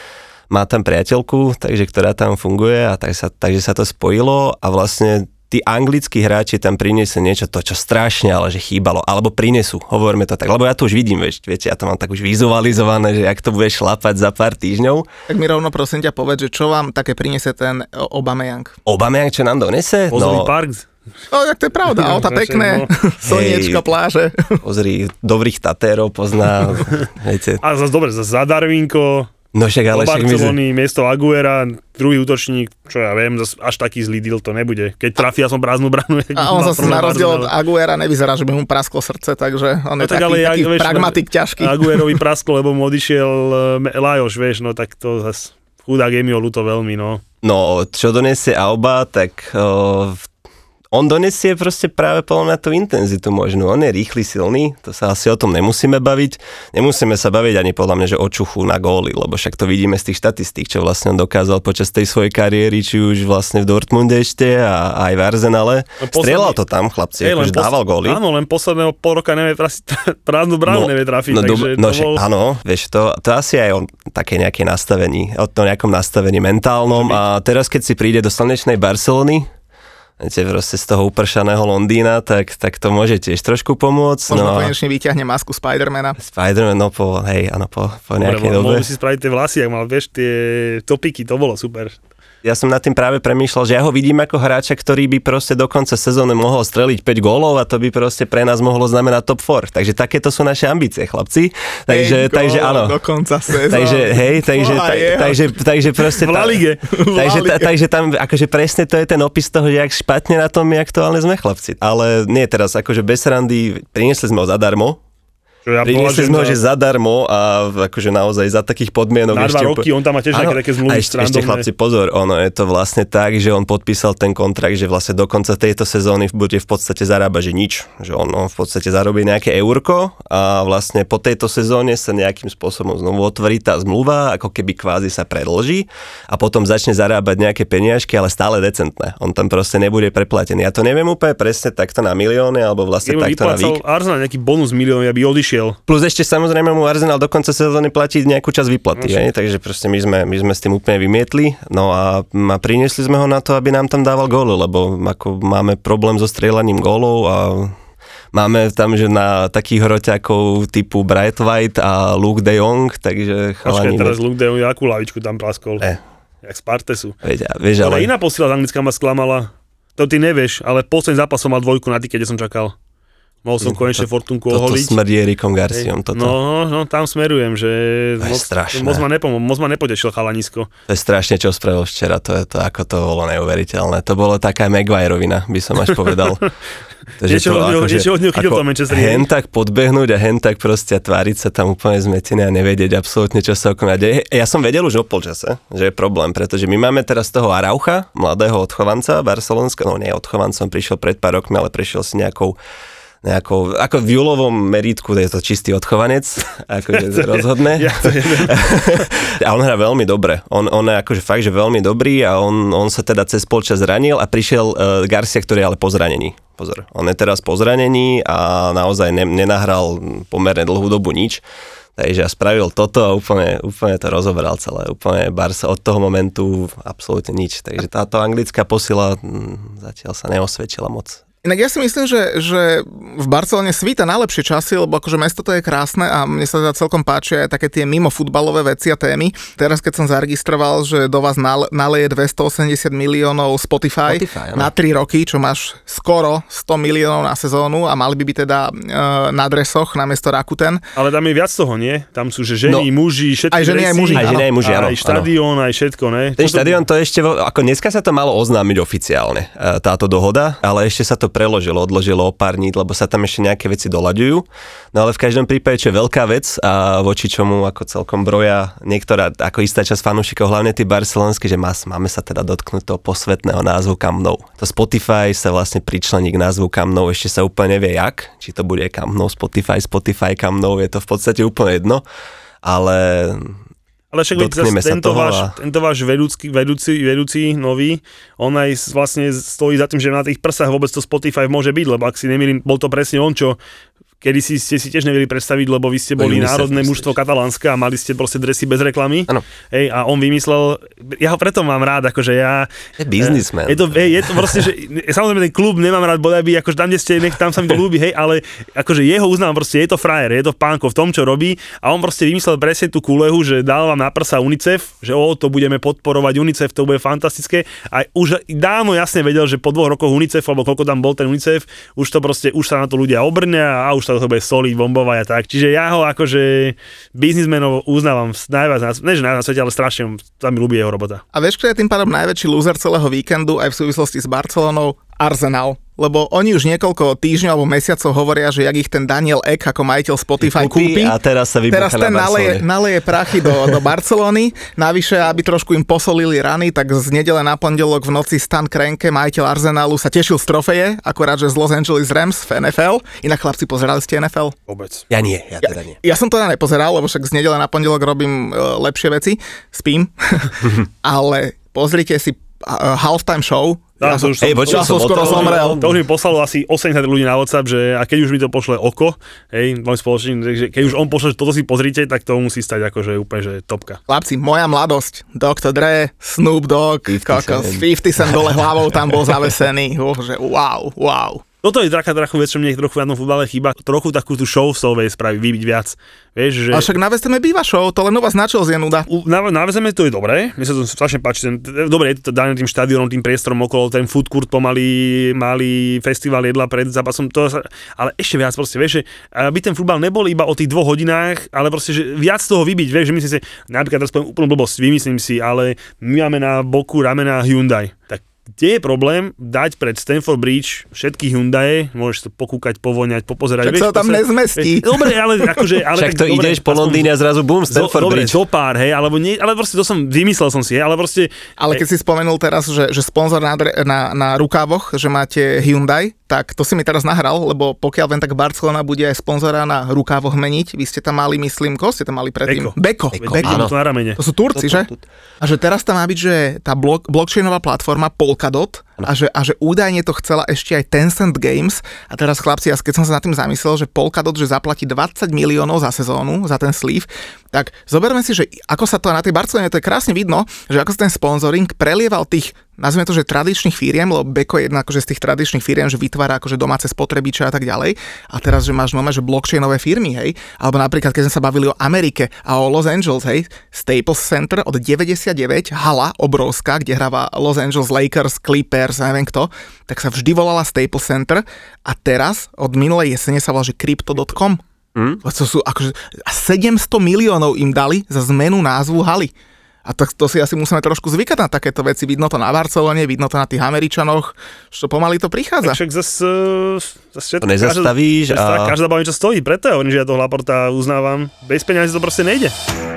má tam priateľku, takže ktorá tam funguje a tak sa, takže sa to spojilo a vlastne tí anglickí hráči tam priniesli niečo to, čo strašne, ale že chýbalo, alebo prinesú, hovoríme to tak, lebo ja to už vidím, vieš, viete, ja to mám tak už vizualizované, že jak to bude šlapať za pár týždňov. Tak mi rovno prosím ťa povedz, že čo vám také priniesie ten Aubameyang? Aubameyang, čo nám donese? Pozorný No, park. No, tak to je pravda, auta pekné, slniečko, pláže. pozri, dobrých Tatérov pozná, viete. A zase dobre, zase za Darwinko, No však ale do však my... Barcelony, miesto Aguera, druhý útočník, čo ja viem, zase až taký zlý deal to nebude. Keď trafia som prázdnu branu. A on zase na rozdiel od Aguera nevyzerá, že by mu prasklo srdce, takže on No je tak taký, ale ja, taký vieš, pragmatik ťažký. Aguerovi prasklo, lebo mu odišiel uh, Lajoš, vieš, no tak to zase chudák je mi ho ľúto veľmi, no. No, čo donesie Auba, tak uh, on donesie proste práve podľa mňa tú intenzitu možno. On je rýchly, silný, to sa asi o tom nemusíme baviť. Nemusíme sa baviť ani podľa mňa, že o čuchu na góly, lebo však to vidíme z tých štatistík, čo vlastne on dokázal počas tej svojej kariéry, či už vlastne v Dortmunde ešte a aj v Arsenale. No, posledný... Strieľal to tam, chlapci, Ej, akože pos... dával góly. Áno, len posledného pol roka nevie trafiť, prázdnu bránu no, nevie trafiť, no, takže no, to bol... Áno, vieš, to, to asi aj o také nejaké nastavení, o tom nejakom nastavení mentálnom a teraz keď si príde do slnečnej Barcelony, viete, proste z toho upršaného Londýna, tak, tak to môže tiež trošku pomôcť. Možno no, konečne vyťahne masku Spidermana. Spiderman, no po, hej, áno, po, po nejakej Dobre, dobe. mohol si spraviť tie vlasy, ak mal, vieš, tie topiky, to bolo super. Ja som nad tým práve premýšľal, že ja ho vidím ako hráča, ktorý by proste do konca sezóny mohol streliť päť gólov a to by proste pre nás mohlo znamenať top štyri. Takže takéto sú naše ambície, chlapci. Takže, takže áno. Do konca sezóny. Takže, hej, takže, ta, takže, takže proste... V La Lige. Takže, ta, takže tam, akože presne to je ten opis toho, že jak špatne na tom my aktuálne sme, chlapci. Ale nie teraz, akože bez randy, priniesli sme ho zadarmo. Ja Priniesli sme ho, že zadarmo a akože naozaj za takých podmienok. Na dva ešte roky, on tam má tiež áno, také zmluvy. A ešte, ešte chlapci, pozor, ono je to vlastne tak, že on podpísal ten kontrakt, že vlastne do konca tejto sezóny bude v podstate zarábať, že nič. Že on, on v podstate zarobí nejaké eurko a vlastne po tejto sezóne sa nejakým spôsobom znovu otvorí tá zmluva, ako keby kvázi sa predĺží a potom začne zarábať nejaké peniažky, ale stále decentné. On tam proste nebude preplatený. Ja to neviem úplne presne takto na milióny, alebo vlastne Jemu takto na výk. Arsenal nejaký bonus milióny, aby odišiel. Plus ešte samozrejme mu Arsenal do konca sezóny platí nejakú časť výplaty, no, takže proste my sme, my sme s tým úplne vymietli, no a, a priniesli sme ho na to, aby nám tam dával góly, lebo ako máme problém so strieľaním gólov a máme tam, že na takých hroťakov typu Bright White a Luke de Jong, takže Počkaj, chalani... teraz Luke de Jong jakú lavičku tam praskol. Eh. Jak z Partesu. Veď, vieš, ale... ale... iná posila z Anglicka ma sklamala. To ty nevieš, ale posledný zápas som mal dvojku na tike, kde som čakal. Mohol som konečne to, Fortunku toto oholiť. Toto smrdí Erikom Garciom, toto. No, no, tam smerujem, že moc, strašné. moc, ma nepom- moc ma nepotešil chalanisko. To je strašne, čo spravil včera, to je to, ako to bolo neuveriteľné. To bolo taká Maguireovina, by som až povedal. Niečo od neho chytil v tom Manchesteri. Hen tak podbehnúť a hen tak proste tváriť sa tam úplne zmetené a nevedieť absolútne, čo sa okolo deje. Ja som vedel už o polčase, že je problém, pretože my máme teraz toho Araucha, mladého odchovanca barcelonského, no nie odchovancom, prišiel pred pár rokmi, ale prišiel si nejakou Nejakou, ako v júlovom merítku, je to čistý odchovanec, akože rozhodne. Ja to a on hrá veľmi dobre. On, on je akože fakt, že veľmi dobrý a on, on sa teda cez polčas zranil a prišiel uh, Garcia, ktorý je ale po zranení. Pozor, on je teraz po zranení a naozaj ne, nenahral pomerne dlhú dobu nič. Takže ja spravil toto a úplne, úplne to rozobral celé. Úplne Barca od toho momentu absolútne nič. Takže táto anglická posila hm, zatiaľ sa neosvedčila moc. Inak ja si myslím, že, že v Barcelone svíta najlepšie časy, lebo akože mesto to je krásne a mne sa teda celkom páčia aj také tie mimo futbalové veci a témy. Teraz keď som zaregistroval, že do vás naleje dvestoosemdesiat miliónov Spotify, Spotify na tri roky, čo máš skoro sto miliónov na sezónu a mali by byť teda e, na dresoch namiesto Rakuten. Ale tam je viac toho, nie? Tam sú, že ženy, no, muži, všetky aj ženy, dresy, aj muži, aj ženy, aj muži, áno. Aj štadión, aj všetko, ne? Ten štadión to ešte, ako dneska sa to malo oznámiť oficiálne, táto dohoda, ale ešte sa to preložilo, odložilo o pár dní, lebo sa tam ešte nejaké veci doľaďujú. No ale v každom prípade, čo je veľká vec a voči čomu ako celkom broja niektorá, ako istá časť fanúšikov, hlavne tí barcelonskí, že má, máme sa teda dotknúť toho posvetného názvu Camp Nou. To Spotify sa vlastne pričlení k názvu Camp Nou, ešte sa úplne nevie jak, či to bude Camp Nou, Spotify, Spotify, Camp Nou, je to v podstate úplne jedno, ale... Ale však veď tento, váš, a... tento váš vedúci, vedúci, vedúci nový, on aj vlastne stojí za tým, že na tých prsách vôbec to Spotify môže byť, lebo ak si nemýlim, bol to presne on, čo kedy si ste si tiež nevedeli predstaviť, lebo vy ste boli UNICEF, národné myslíš. mužstvo katalánske a mali ste proste dresy bez reklamy. Áno. Hej, a on vymyslel, ja ho preto mám rád, akože ja... Je businessman. Je to, hej, je to proste, že samozrejme ten klub nemám rád, bodaj by, akože tam, kde ste, nech tam sa mi to ľúbi, hej, ale akože jeho uznávam, proste je to frajer, je to pánko v tom, čo robí a on proste vymyslel presne tú kulehu, že dal vám na prsa UNICEF, že o, to budeme podporovať UNICEF, to bude fantastické a už dávno jasne vedel, že po dvoch rokoch UNICEF, alebo koľko tam bol ten UNICEF, už to proste, už sa na to ľudia obrnia a už sa to bude soliť, bombovať a tak. Čiže ja ho akože biznismenov uznávam najviac na, ne, že najviac na svete, ale strašne sa mi ľúbi jeho robota. A vieš, kto je tým pádom najväčší loser celého víkendu aj v súvislosti s Barcelonou? Arsenal. Lebo oni už niekoľko týždňov alebo mesiacov hovoria, že jak ich ten Daniel Ek ako majiteľ Spotify kúpi. A teraz sa vybucha Teraz ten na naleje, Barcelone. naleje prachy do, do Barcelony. Navyše, aby trošku im posolili rany, tak z nedele na pondelok v noci Stan Kroenke, majiteľ Arsenalu, sa tešil z trofeje, akorát, že z Los Angeles Rams v en ef el. Inak chlapci, pozerali ste en ef el? Vôbec. Ja nie, ja teda nie. Ja som to teda nepozeral, lebo však z nedele na pondelok robím uh, lepšie veci, spím. Ale pozrite si uh, halftime show. Ja, Ja som, to už Hej, som, počul ja som som o skoro tom. zomrel. to už mi poslalo asi osemdesiat ľudí na WhatsApp, že a keď už mi to pošle oko, hej, môj spoločník, že keď už on pošle, že toto si pozrite, tak to musí stať akože úplne, že topka. Chlapci, moja mladosť, doktor Dre, Snoop Dogg, fifty kokos, Cent. fifty Cent dole hlavou tam bol zavesený, oh, že wow, wow. Toto je taká trochu vec, čo mne trochu na tom futbale chýba, trochu takú tú show v Solvay spraviť, vybiť viac. Vieš, že... A však na Vesteme býva show, to len u vás načel z Jenuda. U- Na, na vé zet em to je dobré, mne sa to strašne páči, ten, dobre, je to dané tým štadiónom, tým priestorom okolo, ten food court pomaly, malý festival jedla pred zápasom, to sa, ale ešte viac proste, vieš, že aby ten futbal nebol iba o tých dvoch hodinách, ale proste, že viac toho vybiť, vieš, že myslím si, napríklad teraz poviem úplnú blbosť, vymyslím si, ale my máme na boku ramena Hyundai, tak kde je problém dať pred Stamford Bridge všetky Hyundai, môžeš to pokúkať, povoňať, popozerať. Však vieš, sa tam to nezmestí. Dobre, ale akože... Ale Však tak, to dobre, ideš po aspoň- Londýne a zrazu bum, Stamford Do, dobre, Bridge. do pár, hej, alebo nie, ale proste to som, vymyslel som si, hej, ale proste... Ale keď si spomenul teraz, že, že sponzor na, dre- na, na rukávoch, že máte Hyundai, tak to si mi teraz nahral, lebo pokiaľ viem, tak Barcelona bude aj sponzora na rukávoch meniť. Vy ste tam mali, myslím, koho ste tam mali predtým? Beko. Beko. Beko, Beko. Beko. To na ramene. To sú Turci, že? A že teraz tam má byť, že tá blok, blockchainová platforma Polkadot a že, a že údajne to chcela ešte aj Tencent Games. A teraz chlapci, ja keď som sa nad tým zamyslel, že Polkadot, že zaplatí dvadsať miliónov za sezónu, za ten sleeve, tak zoberme si, že ako sa to na tej Barcelone, to je krásne vidno, že ako sa ten sponzoring prelieval tých, nazvime to, že tradičných firiem, lebo Beko je jedna akože z tých tradičných firiem, že vytvára akože domáce spotrebiče a tak ďalej. A teraz, že máš nové, že blockchainové firmy, hej. Alebo napríklad, keď sme sa bavili o Amerike a o Los Angeles, hej, Staples Center od deväťdesiatdeväť, hala obrovská, kde hráva Los Angeles Lakers, Clippers, neviem kto, tak sa vždy volala Staples Center a teraz od minulej jesene sa volá, že crypto bodka com. Hmm? To sú akože sedemsto miliónov im dali za zmenu názvu haly. A to, to si asi musíme trošku zvykať na takéto veci. Vidno to na Barcelone, vidno to na tých Američanoch, že pomaly to prichádza. Však zase... zase To nezastavíš každá, a- Každá bavím, čo stojí, preto ja hovorím, že ja toho Laporta uznávam. Bez peňazí to proste nejde.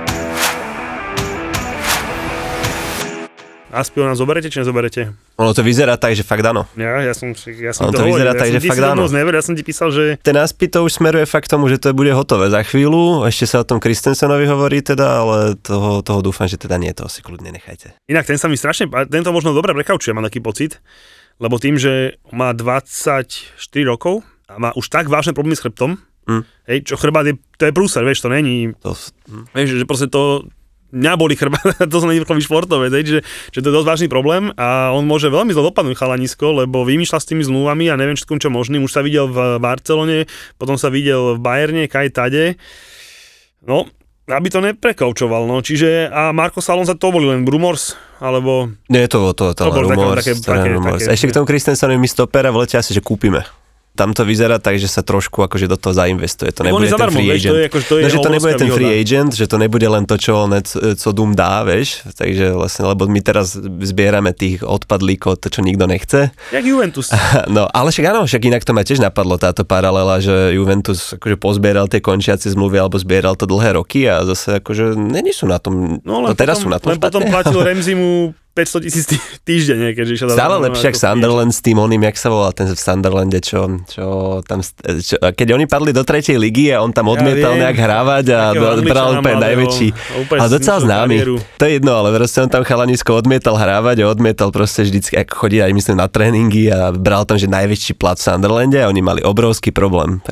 Aspio nás zoberete, či nezoberete? Ono to vyzerá tak, že fakt áno. Ja, ja som, ja som Ono to to vyzerá hovoril, tak, ja že som, fakt ty si to áno. moc never, ja som ti písal, že... Ten Aspi to už smeruje fakt k tomu, že to bude hotové za chvíľu. Ešte sa o tom Christensenovi hovorí teda, ale toho, toho dúfam, že teda nie, toho si kľudne nechajte. Inak ten sa mi strašne, tento možno dobre prekaučuje, mám taký pocit, lebo tým, že má dvadsaťštyri rokov a má už tak vážne problémy s chrbtom, Mm. hej, čo chrbát je, to je prúser, vieš, to není, To, hm. vieš, že proste to, mňa boli chrbát, to som není vrcholový športovec, hej, že, že to je dosť vážny problém a on môže veľmi zle dopadnúť chalanisko, lebo vymýšľa s tými zmluvami a neviem všetkom čo možným, už sa videl v Barcelone, potom sa videl v Bayerne, kaj tade, no, aby to neprekaučoval, no, čiže a Marcos Alonso to boli len rumors, alebo... Nie, to, to, to, To to bolo rumors, také- to také- len rumors. také- Ešte k tomu Christensenovi my stopera v lete asi, že kúpime. Tam to vyzerá tak, že sa trošku akože do toho zainvestuje. To Tak on nebude je ten zadarmo, free vieš, agent. to je akože- to je no, že to obrovská nebude ten free výhoda. agent, že to nebude len to, čo on, co Dum dá, vieš. Takže vlastne, lebo my teraz zbierame tých odpadlíkov, to, čo nikto nechce. Jak Juventus. No, ale však áno, však inak to ma tiež napadlo, táto paralela, že Juventus akože pozbieral tie končiace zmluvy alebo zbieral to dlhé roky a zase akože není sú na tom, No, no, len teraz potom, sú na tom len potom špatne. platil Remzimu päťsto tisíc tý, týždenne, keďže išiel... Stále zadarmo lepšie ako ako Sunderland s tým oným, jak sa volá ten v Sunderlande, čo, čo tam, čo, keď oni padli do tretej ligy a on tam odmietal viem. nejak hrávať a Takého Angličana bral úplne mladého, najväčší, úplne ale docela smutnú známy. kariéru. To je jedno, ale proste on tam chalanisko odmietal hrávať a odmietal proste vždycky, ako chodí aj myslím na tréningy a bral tam, že najväčší plat v Sunderlande a oni mali obrovský problém. Takže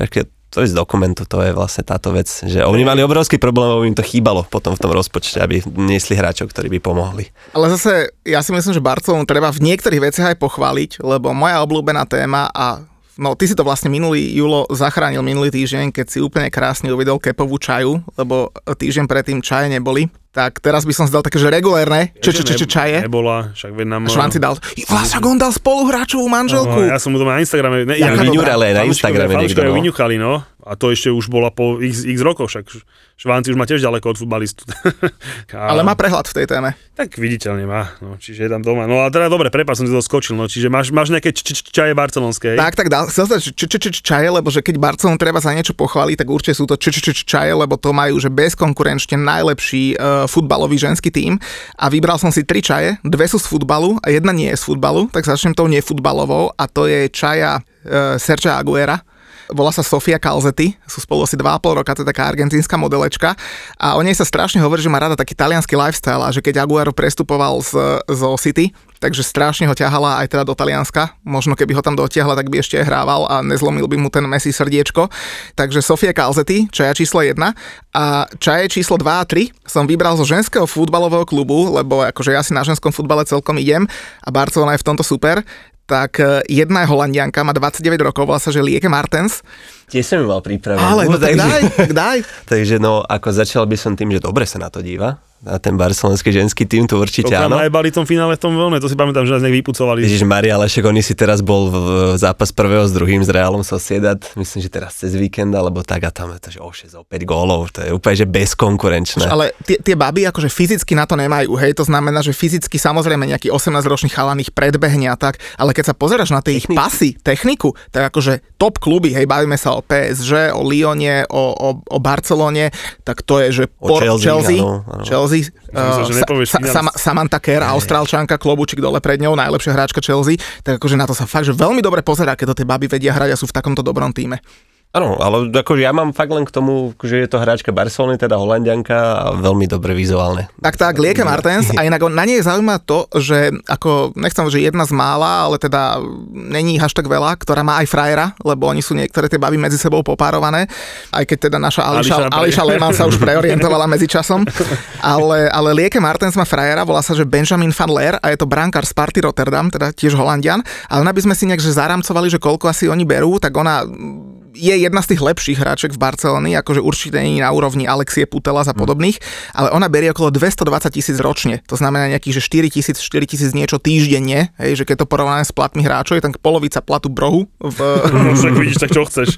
to je z dokumentu, to je vlastne táto vec, že oni mali obrovský problém, lebo im to chýbalo potom v tom rozpočte, aby niesli hráčov, ktorí by pomohli. Ale zase, ja si myslím, že Barcelonu treba v niektorých veciach aj pochváliť, lebo moja obľúbená téma a no, ty si to vlastne minulý, Julo, zachránil minulý týždeň, keď si úplne krásne uvedol kepovú čaju, lebo týždeň predtým čaje neboli. Tak teraz by som si dal také, že regulérne č- č- č- čaje. Nebola, však ved nám... Švanci dal, však on dal spoluhráčovú manželku. No, ja som mu to na Instagrame... Ne, ja vyňurali aj na Instagrame niekto. No. Vyňuchali, no. A to ešte už bola po x, x rokov, však Švanci už má tiež ďaleko od futbalistu. A... Ale má prehľad v tej téme. Tak viditeľne má, no, čiže je tam doma. No ale teda dobre, prepáč, som si to skočil, no, čiže máš, máš nejaké č- č- čaje barcelonské, hej? Tak, tak, dal, chcel sa č- č- č- čaje, lebo že keď Barcelonu treba za niečo pochváliť, tak určite sú to č- č- č- čaje, lebo to majú, že bezkonkurenčne najlepší uh, futbalový ženský tím. A vybral som si tri čaje, dve sú z futbalu a jedna nie je z futbalu, tak začnem tou nefutbalovou a to je čaja uh, Sergia Aguera. Volá sa Sofia Calzetti, sú spolu asi dva a pol roka, to je taká argentínska modelečka a o nej sa strašne hovorí, že má rada taký taliansky lifestyle a že keď Aguero prestupoval z, zo City, takže strašne ho ťahala aj teda do Talianska, možno keby ho tam dotiahla, tak by ešte hrával a nezlomil by mu ten Messi srdiečko, takže Sofia Calzetti, čaja číslo jedna a čaje číslo dva a tri som vybral zo ženského futbalového klubu, lebo akože ja si na ženskom futbale celkom idem a Barcelona je v tomto super. Tak jedna je Holandianka, má dvadsaťdeväť rokov, volá sa, že Lieke Martens. Tiež som ju mal pripravenú. Ale no tak daj, tak daj. Takže no, ako začal by som tým, že dobre sa na to díva. A ten barcelonský ženský tým, to určite to áno. To najbali v tom finále v tom veľmi, to si pamätám, že nás nejak vypucovali. Ježiš Maria, ale však oni si teraz bol v zápas prvého s druhým s Realom Sociedad, myslím, že teraz cez víkend, alebo tak a tam je to, že o šesť, o päť gólov, to je úplne, že bezkonkurenčné. Ale tie, tie baby akože fyzicky na to nemajú, hej, to znamená, že fyzicky samozrejme nejaký osemnásťročný chalan ich predbehne a tak, ale keď sa pozeráš na tie ich pasy, techniku, tak akože top kluby, hej, bavíme sa o pé es gé, o Lyone, o, o, o Barcelone, tak to je, že o por- Chelsea, Chelsea, áno, áno. Chelsea uh, sa, sa, sa, Samantha Kerr, Austrálčanka, klobúčik dole pred ňou, najlepšia hráčka Chelsea, tak akože na to sa fakt, že veľmi dobre pozerá, keď to tie baby vedia hrať a sú v takomto dobrom tíme. Áno, ale akože ja mám fakt len k tomu, že je to hráčka Barcelony, teda Holandianka a veľmi dobre vizuálne. Tak tak, Lieke Martens a inak na nej zaujíma to, že ako, nechcem, že jedna z mála, ale teda není až tak veľa, ktorá má aj frajera, lebo oni sú niektoré tie baby medzi sebou popárované, aj keď teda naša Ališa, Ališa Lehmann sa už preorientovala medzi časom, ale, ale Lieke Martens má frajera, volá sa, že Benjamin van Leer a je to brankár z Sparty Rotterdam, teda tiež Holandian, ale aby sme si nejak že zaramcovali, že koľko asi oni berú, tak ona je jedna z tých lepších hráček v Barcelone, akože určite nie je na úrovni Alexie Putellas a podobných, ale ona berie okolo dvestodvadsať tisíc ročne. To znamená nejakých, že štyri tisíc, štyri tisíc niečo týždenne, hej, že keď to porovnáme s platmi hráčov, je tam polovica platu Brohu. V... No však vidíš, tak čo chceš.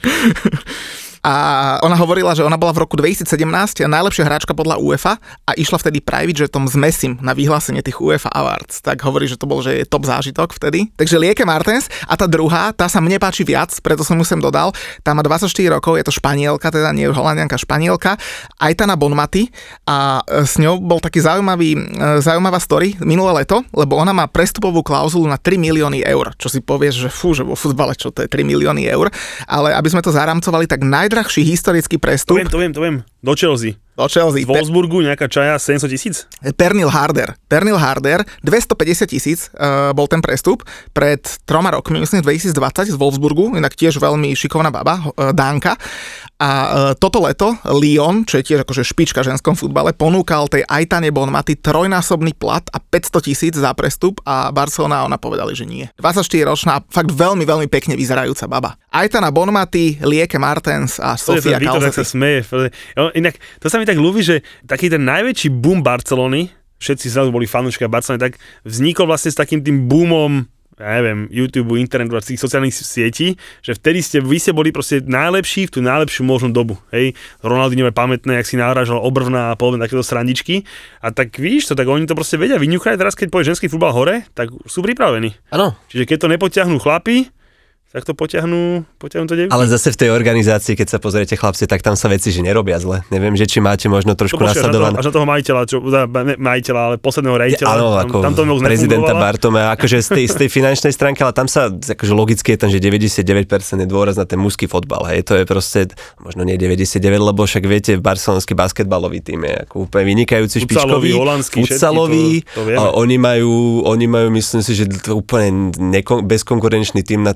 A ona hovorila, že ona bola v roku dvetisícsedemnásť najlepšia hráčka podľa UEFA a išla vtedy private, že tom zmesím na vyhlásenie tých UEFA Awards. Tak hovorí, že to bol, že je top zážitok vtedy. Takže Lieke Martens a tá druhá, tá sa mne páči viac, preto som ju sem dodal. Tá má dvadsaťštyri rokov, je to Španielka, teda nie Holandianka, Španielka. Aitana Bonmati a s ňou bol taký zaujímavý, zaujímavá story minulé leto, lebo ona má prestupovú klauzulu na tri milióny eur, čo si povieš, že fú, že vo futbale čo to je tri milióny eur, ale aby sme to zaramcovali, tak najdrahší historický prestup. To viem, to viem, to viem. Do Chelsea. Do Chelsea. Z Wolfsburgu nejaká čaja sedemsto tisíc? Pernil Harder. Pernil Harder, dvestopäťdesiat tisíc uh, bol ten prestup pred troma rokmi, myslím, dvetisícdvadsať z Wolfsburgu, inak tiež veľmi šikovná baba, uh, Dánka. A uh, toto leto Lyon, čo je tiež akože špička v ženskom futbale, ponúkal tej Aitane Bonmati trojnásobný plat a päťsto tisíc za prestup a Barcelona ona povedali, že nie. dvadsaťštyriročná, fakt veľmi, veľmi pekne vyzerajúca baba. Aitana Bonmati, Lieke Martens a Sofia Calzetti. Sa smeje. Inak, to sa mi tak ľúbi, že taký ten najväčší boom Barcelony, všetci zrazu boli fanúška Barcelony, tak vznikol vlastne s takým tým boomom, ja neviem, YouTube, internetu a tých sociálnych sietí, že vtedy ste, vy ste boli proste najlepší v tú najlepšiu možnú dobu. Hej, Ronaldinho je pamätné, jak si náražal obrvná a podobne takéto srandičky. A tak vidíš to, tak oni to proste vedia vyňuchať. Teraz keď pôjde ženský futbal hore, tak sú pripravení. Áno. Čiže keď to nepotiahnú chlapi, tak to potiahnú, potiahnú to devky. Ale zase v tej organizácii, keď sa pozriete chlapci, tak tam sa veci, že nerobia zle. Neviem, že či máte možno trošku nasledované. Až na toho majiteľa, čo, ne, majiteľa, ale posledného rejiteľa. Áno, ako tam, tam to prezidenta Bartomea, akože z tej, z tej finančnej stránky, ale tam sa, akože logicky je tam, že deväťdesiatdeväť percent je dôraz na ten mužský fotbal, hej, to je proste, možno nie deväťdesiatdeväť, lebo však viete, barcelonský basketbalový tým je ako úplne vynikajúci špičkový, futsalový, oni majú, oni majú, myslím si, že to úplne nekon, bezkonkurenčný tým na tých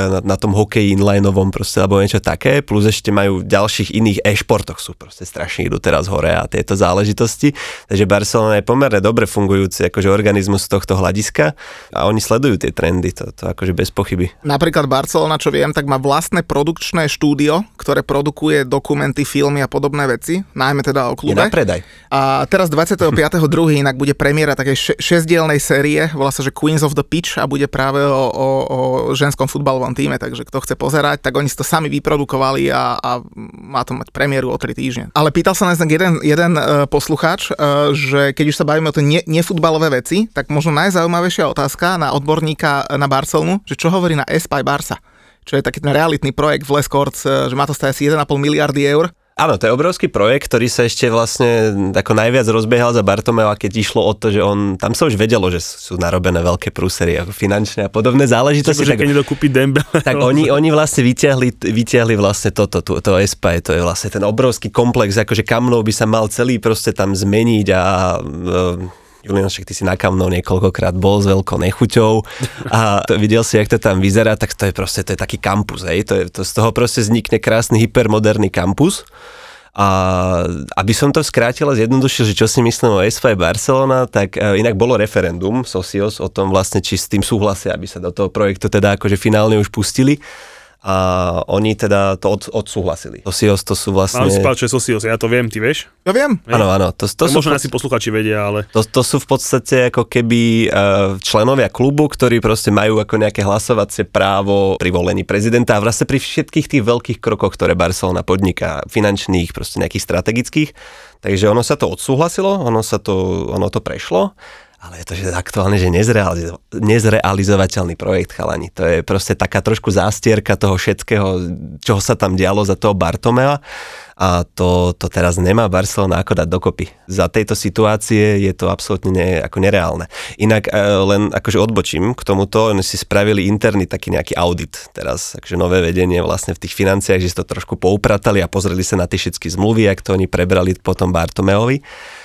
na, na tom hokeji inlineovom proste, alebo niečo také, plus ešte majú v ďalších iných e-športoch sú proste strašne idú teraz hore a tieto záležitosti. Takže Barcelona je pomerne dobre fungujúci akože organizmus z tohto hľadiska a oni sledujú tie trendy, to, to akože bez pochyby. Napríklad Barcelona, čo viem, tak má vlastné produkčné štúdio, ktoré produkuje dokumenty, filmy a podobné veci, najmä teda o klube. Je na predaj. A teraz dvadsiateho piateho druhého inak bude premiéra takej šesťdielnej série, volá sa, že Queens of the Pitch a bude práve o, o, o ženskom futbalovom týme, takže kto chce pozerať, tak oni si to sami vyprodukovali a, a má to mať premiéru o tri týždne. Ale pýtal sa nás jeden, jeden uh, poslucháč, uh, že keď už sa bavíme o to ne, nefutbalové veci, tak možno najzaujímavejšia otázka na odborníka na Barcelonu, že čo hovorí na Espai Barça, čo je taký ten realitný projekt v Les Corts, že má to stať asi jeden a pol miliardy eur. Áno, to je obrovský projekt, ktorý sa ešte vlastne ako najviac rozbiehal za Bartomeu, a keď išlo o to, že on, tam sa už vedelo, že sú narobené veľké prúsery ako finančné a podobné záležitosti. Čiže keď nedokúpi Dembele. Tak oni, oni vlastne vyťahli, vyťahli vlastne toto, to, to Espai, to je vlastne ten obrovský komplex, akože Camp Nou by sa mal celý proste tam zmeniť a... Uh, Julian, však ty si na Camp Nou niekoľkokrát bol s veľkou nechuťou a to, videl si, jak to tam vyzerá, tak to je proste, to je taký kampus, hej, to je, to z toho proste vznikne krásny hypermoderný kampus. A aby som to skrátil a zjednodušil, že čo si myslím o Espai Barcelona, tak inak bolo referendum Socios o tom vlastne, či s tým súhlasia, aby sa do toho projektu teda akože finálne už pustili. A oni teda to od, odsúhlasili. Socios to sú vlastne... Mám si páči, čo je Socios, ja to viem, ty vieš? Ja viem. Áno, áno. To, to, to možno pod... asi posluchači vedia, ale... To, to sú v podstate ako keby uh, členovia klubu, ktorí proste majú ako nejaké hlasovacie právo pri volení prezidenta a vlastne pri všetkých tých veľkých krokoch, ktoré Barcelona podniká, finančných, proste nejakých strategických. Takže ono sa to odsúhlasilo, ono sa to, ono to prešlo. Ale je to že aktuálne, že nezrealizo- nezrealizovateľný projekt, chalani. To je proste taká trošku zástierka toho všetkého, čo sa tam dialo za toho Bartomea a to, to teraz nemá Barcelona ako dať dokopy. Za tejto situácie je to absolútne ne, ako nereálne. Inak len akože odbočím k tomuto, oni si spravili interný taký nejaký audit teraz, takže nové vedenie vlastne v tých financiách, že si to trošku poupratali a pozreli sa na tie všetky zmluvy, jak to oni prebrali potom Bartomeovi.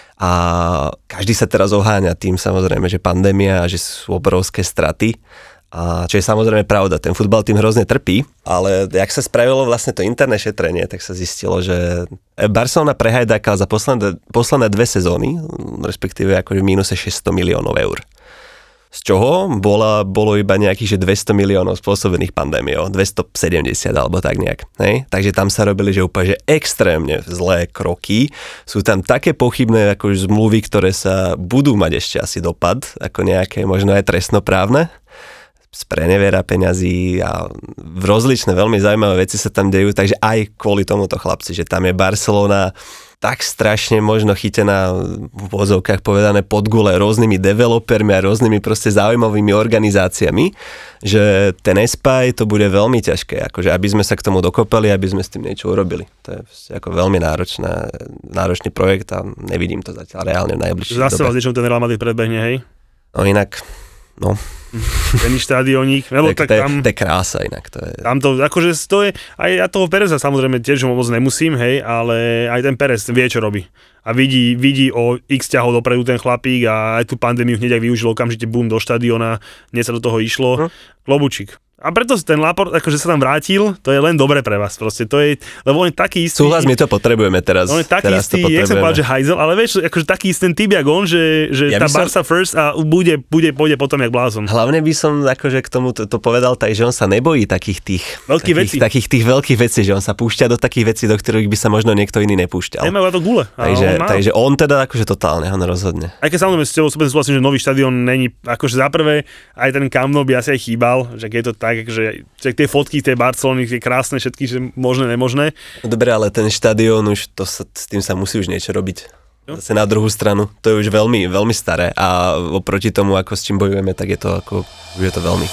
A každý sa teraz oháňa tým samozrejme, že pandémia a že sú obrovské straty. A čo je samozrejme pravda, ten futbal tým hrozne trpí, ale jak sa spravilo vlastne to interné šetrenie, tak sa zistilo, že Barcelona prehajdákala za posledné, posledné dve sezóny, respektíve akože v mínuse šesťsto miliónov eur. Z čoho bola, bolo iba nejakých že dvesto miliónov spôsobených pandémiou, dvestosedemdesiat alebo tak nejak. Hej? Takže tam sa robili že úplne že extrémne zlé kroky. Sú tam také pochybné ako zmluvy, ktoré sa budú mať ešte asi dopad, ako nejaké možno aj trestnoprávne. Sprenevera peňazí a rozličné veľmi zaujímavé veci sa tam dejú, takže aj kvôli tomuto chlapci, že tam je Barcelona tak strašne možno chytená v vozovkách povedané pod gule rôznymi developermi a rôznymi proste zaujímavými organizáciami, že ten Espai to bude veľmi ťažké, akože aby sme sa k tomu dokopali, aby sme s tým niečo urobili. To je ako veľmi náročná, náročný projekt a nevidím to zatiaľ reálne v najbližšej dobe. Zase vás niečo ten Real Madrid predbehne, hej? No inak, no... Ten štádioník, lebo tak, tak tam... To je krása inak, to je... Tam to, akože to je, aj ja toho Pereza samozrejme tiež moc nemusím, hej, ale aj ten Perez vie, čo robí. A vidí, vidí o x ťahov dopredu ten chlapík a aj tú pandémiu hneď ak využil okamžite bum do štadiona, hneď sa do toho išlo, hm. Klobučík. A preto ten Laport, akože sa tam vrátil, to je len dobre pre vás, proste to je, lebo on je taký istý... Súhlas, my to potrebujeme teraz. On je taký teraz istý, jak sa povedal, že hajzel, ale vieš, akože taký istý ten typ, jak on, že, že ja tá som... Barca first a bude, bude, pôjde potom jak blázon. Hlavne by som akože k tomu to, to povedal tak, že on sa nebojí takých tých... Veľkých takých, takých tých veľkých vecí, že on sa púšťa do takých vecí, do ktorých by sa možno niekto iný nepúšťal. Nemajú to gule. Takže on, takže on teda akože totálne, on rozhodne. Aj keď samozrejme s tebou súhlasím, že nový štadión není, akože za prvé, aj ten Camp Nou by asi aj chýbal, že je to tak, že tie fotky tej Barcelony, tie krásne všetky, že možné, nemožné. Dobre, ale ten štadión už, to sa, s tým sa musí už niečo robiť. Jo. Zase na druhú stranu, to je už veľmi, veľmi staré a oproti tomu, ako s čím bojujeme, tak je to ako, už je to veľmi.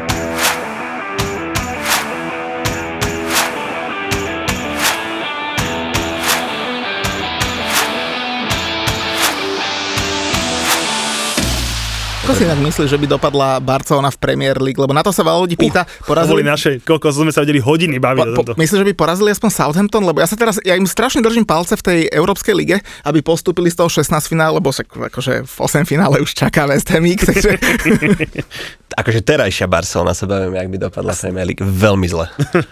Ako si inak myslíš, že by dopadla Barcelona v Premier League? Lebo na to sa veľa ľudí pýta. Uh, porazili naše, koľko sme sa vedeli hodiny baviť po, o tomto. Myslíš, že by porazili aspoň Southampton? Lebo ja sa teraz, ja im strašne držím palce v tej Európskej lige, aby postúpili z toho šestnásť finále, lebo sa, akože v osem finále už čaká West Ham, takže... Akože terajšia Barcelona, sa bavím, jak by dopadla Premier League. Veľmi zle.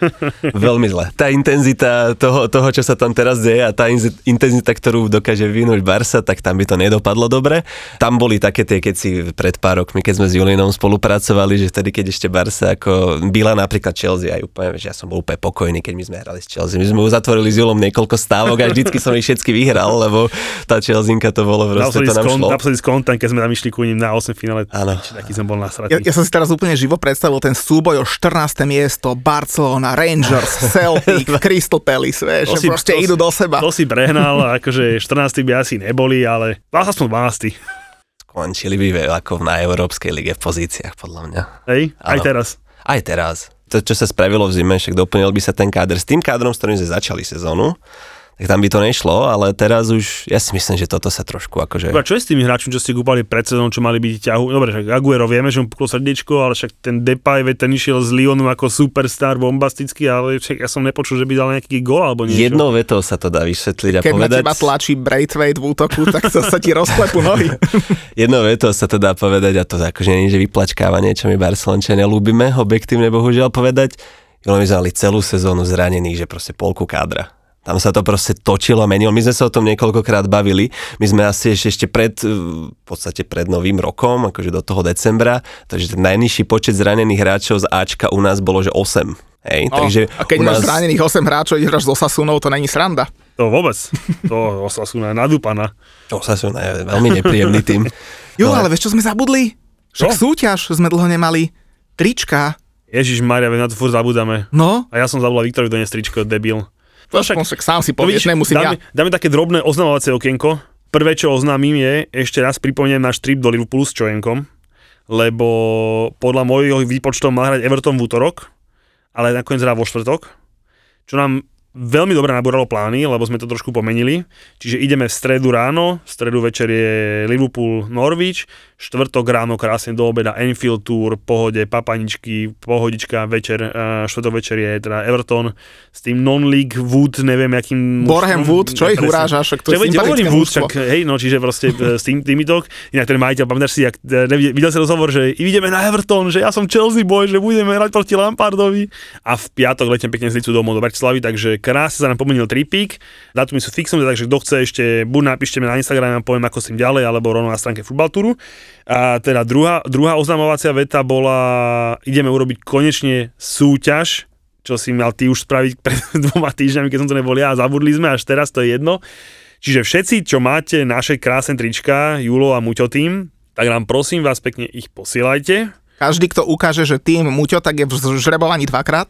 Veľmi zle. Tá intenzita toho, toho, čo sa tam teraz deje a tá intenzita, ktorú dokáže vyvinúť Barca, tak tam by to nedopadlo dobre. Tam boli také tie, keď si pred pár rokmi, keď sme s Julinom spolupracovali, že vtedy, keď ešte Barca ako byla napríklad Chelsea, aj úplne, že ja som bol úplne pokojný, keď my sme hrali s Chelsea. My sme uzatvorili s Julom niekoľko stávok a vždycky som ich všetky vyhral, lebo tá Chelseanka to bolo proste, to nám šlo. Absolutný skontent, keď sme tam išli ku ním na osem finále. Áno. Taký som bol nasratý. Ja, ja som si teraz úplne živo predstavil ten súboj o štrnáste miesto, Barcelona, Rangers, Celtic, Crystal Palace, vieš, že proste idú do seba. To si prehnal, akože štrnásti by asi neboli, ale aspoň dvanásty. Skončili by ako na Európskej lige v pozíciách, podľa mňa. Hej, aj Áno. teraz. Aj teraz. To, čo sa spravilo v zime, však doplnil by sa ten káder s tým kádrom, s ktorým sme začali sezónu. Tak tam by to nešlo, ale teraz už, ja si myslím, že toto sa trošku akože... A čo je s tými hráčmi, čo ste kúpali pred sezónou, čo mali byť ťahu? Dobre, však Aguero vieme, že mu puklo srdiečko, ale však ten Depay, veď ten išiel z Lyonu ako superstar, bombastický, ale však ja som nepočul, že by dal nejaký gól alebo niečo. Jednou vetou sa to dá vysvetliť a Keď povedať... Keď na teba tlačí Braithwaite v útoku, tak to sa ti rozklepú nohy. Jednou vetou sa to dá povedať a to akože nie je, že vyplačkávanie, čo my Barcelončania ľúbime, objektívne bohužiaľ povedať. My sme mali celú sezónu zranených, že proste polku kádra. Tam sa to proste točilo a menilo. My sme sa o tom niekoľkokrát bavili. My sme asi ešte, ešte pred, v podstate pred novým rokom, akože do toho decembra, takže ten najnižší počet zranených hráčov z Ačka u nás bolo, že osem. Hej, no, takže a keď máš nás... zranených osem hráčov, ideš z Osasunou, to není sranda. To vôbec. To Osasuna je nadúpaná. Osasuna je veľmi nepríjemný tým. Jo, ale vieš, čo sme zabudli? Však čo? Súťaž sme dlho nemali. Trička. Ježišmaria, na to furt zabudáme. No. A ja som zabudol Viktorovi doniesť tričko, debil. To však, však sám si povieš, nemusím dáme, ja. Dáme také drobné oznamovacie okienko. Prvé, čo oznámim je, ešte raz pripomeniem náš trip do Liverpoolu s Čojenkom, lebo podľa mojich výpočtov má hrať Everton v útorok, ale nakoniec hrá vo štvrtok, čo nám veľmi dobre nabúralo plány, lebo sme to trošku pomenili. Čiže ideme v stredu ráno, v stredu večer je Liverpool Norwich, štvrtok ráno krásne do obeda Anfield Tour, pohode, papaničky, pohodička, večer, štvrtok večer je teda Everton s tým non-league Wood, neviem akým... Boreham Wood, čo ich urážaš, však to je sympatické mužstvo. Hej, no čiže proste s tým, týmito. Inak ten majiteľ, pamätáš si, jak, videl si rozhovor, že ideme na Everton, že ja som Chelsea boy, že budeme hrať proti Lampardovi a v piatok letím pekne z Licu domov do Bratislavy, takže krásne sa nám pomenil tripík. Dátumy sú fixom, takže kto chce ešte, buď napíšte mi na Instagram a poviem, ako s tým ďalej, alebo rovno na stránke Futbaltúru. A teda druhá, druhá oznamovacia veta bola, ideme urobiť konečne súťaž, čo si mal ty už spraviť pred dvoma týždňami, keď som to nebol ja a zabudli sme, až teraz to je jedno. Čiže všetci, čo máte naše krásne trička, Julo a Muťo tým, tak nám prosím vás pekne ich posielajte. Každý, kto ukáže, že tým Muťo, tak je v žrebovaní dvakrát.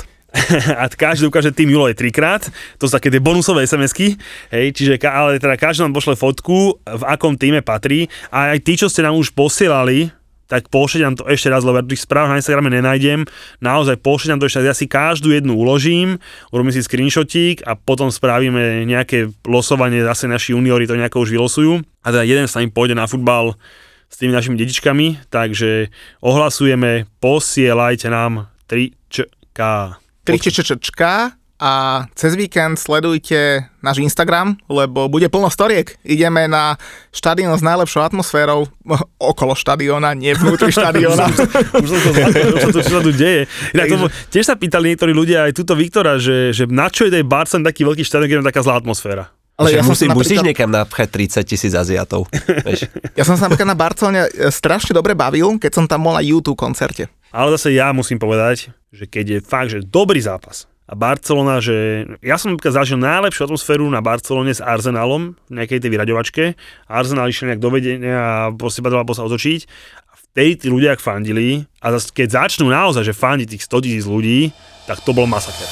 A každý ukáže tým Julo je trikrát, to sú také tie bonusové es em esky, hej, čiže ale teda každý nám pošle fotku, v akom týme patrí a aj tí, čo ste nám už posielali, tak pošlite nám to ešte raz, lebo tých správ na Instagrame nenájdem, naozaj pošlite nám to ešte raz, ja si každú jednu uložím, urobím si screenshotík a potom spravíme nejaké losovanie, zase naši juniori to nejako už vylosujú a teda jeden sa im pôjde na futbal s tými našimi dedičkami, takže ohlasujeme, posielajte nám trička. tričečečka a cez víkend sledujte náš Instagram, lebo bude plno storiek. Ideme na štadión s najlepšou atmosférou okolo štadióna, nie vnútri štadióna. Už som to zlatil, čo, čo sa tu deje. Inak tomu, tiež sa pýtali niektorí ľudia, aj túto Viktora, že, že na čo je tej Barcelona taký veľký štadión, keď je taká zlá atmosféra. Ale ja musí, som musíš napríklad... niekam napchať tridsať tisíc Aziatov. Ja som sa napríklad na Barcelone strašne dobre bavil, keď som tam bol na U dva koncerte. Ale zase ja musím povedať, že keď je fakt, že dobrý zápas a Barcelona, že ja som zažil najlepšiu atmosféru na Barcelone s Arsenalom v nejakej tej vyraďovačke. Arsenal išiel nejak do vedenia a proste potreboval sa otočiť. A vtedy tí ľudia ak fandili a zase keď začnú naozaj, že fandiť tých sto tisíc ľudí, tak to bol masaker.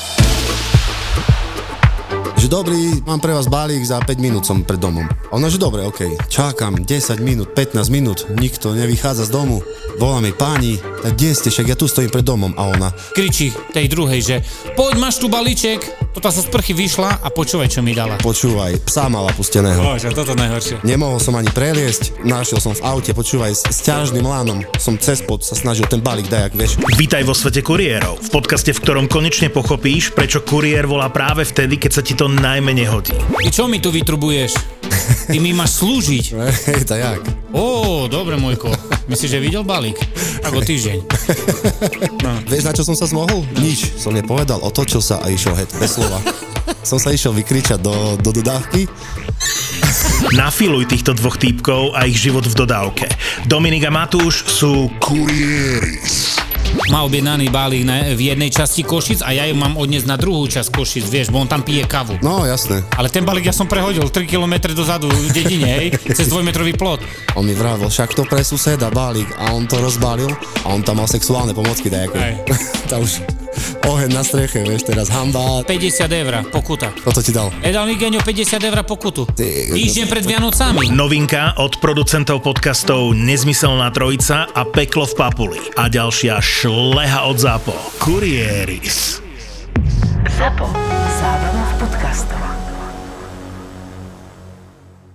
Že dobrý, mám pre vás balík, za päť minút som pred domom. A ona, že dobre, okej, okay. Čakám desať minút, pätnásť minút, nikto nevychádza z domu. Volá mi páni, tak kde ste, však ja tu stojím pred domom. A ona kričí tej druhej, že poď, máš tu balíček. Toto sa z prchy vyšla a počúvaj, čo mi dala. Počúvaj, psa mala pusteného. Bože, toto najhoršie. Nemohol som ani preliesť, našiel som v aute, počúvaj, s, s ťažným lánom som cez pod sa snažil ten balík dajak, vieš. Vítaj vo svete kuriérov, v podcaste, v ktorom konečne pochopíš, prečo kuriér volá práve vtedy, keď sa ti to najmenej hodí. Ty čo mi tu vytrubuješ? Ty mi máš slúžiť. Hej, tak jak? Ó, dobre, Mojko. Myslíš, že videl balík? Ako týždeň. No. Vieš, na čo som sa zmohol? Nič. Som nepovedal, otočil sa a išiel heď, bez slova. Som sa išiel vykričať do, do dodávky. Nafiluj týchto dvoch týpkov a ich život v dodávke. Dominik a Matúš sú kurieris. Má objednaný balík na, v jednej časti Košic a ja ju mám odniesť na druhú časť Košic, vieš, bo on tam pije kavu. No, jasné. Ale ten balík ja som prehodil tri kilometre dozadu v dedine, hej, cez dvojmetrový plot. On mi vravil, však to pre suseda balík a on to rozbalil a on tam mal sexuálne pomocky dajaké. Tá už oheň na streche, vieš, teraz hamba. päťdesiat eur pokuta. Toto ti dal? Edal mi Geňo päťdesiat eur pokutu. Ty... Týždeň pred Vianocami. Novinka od producentov podcastov Nezmyselná trojica a Peklo v Papuli. A ďalšia šleha od Zápo. Kurieris. Zápo. Zábrná v podcastoch.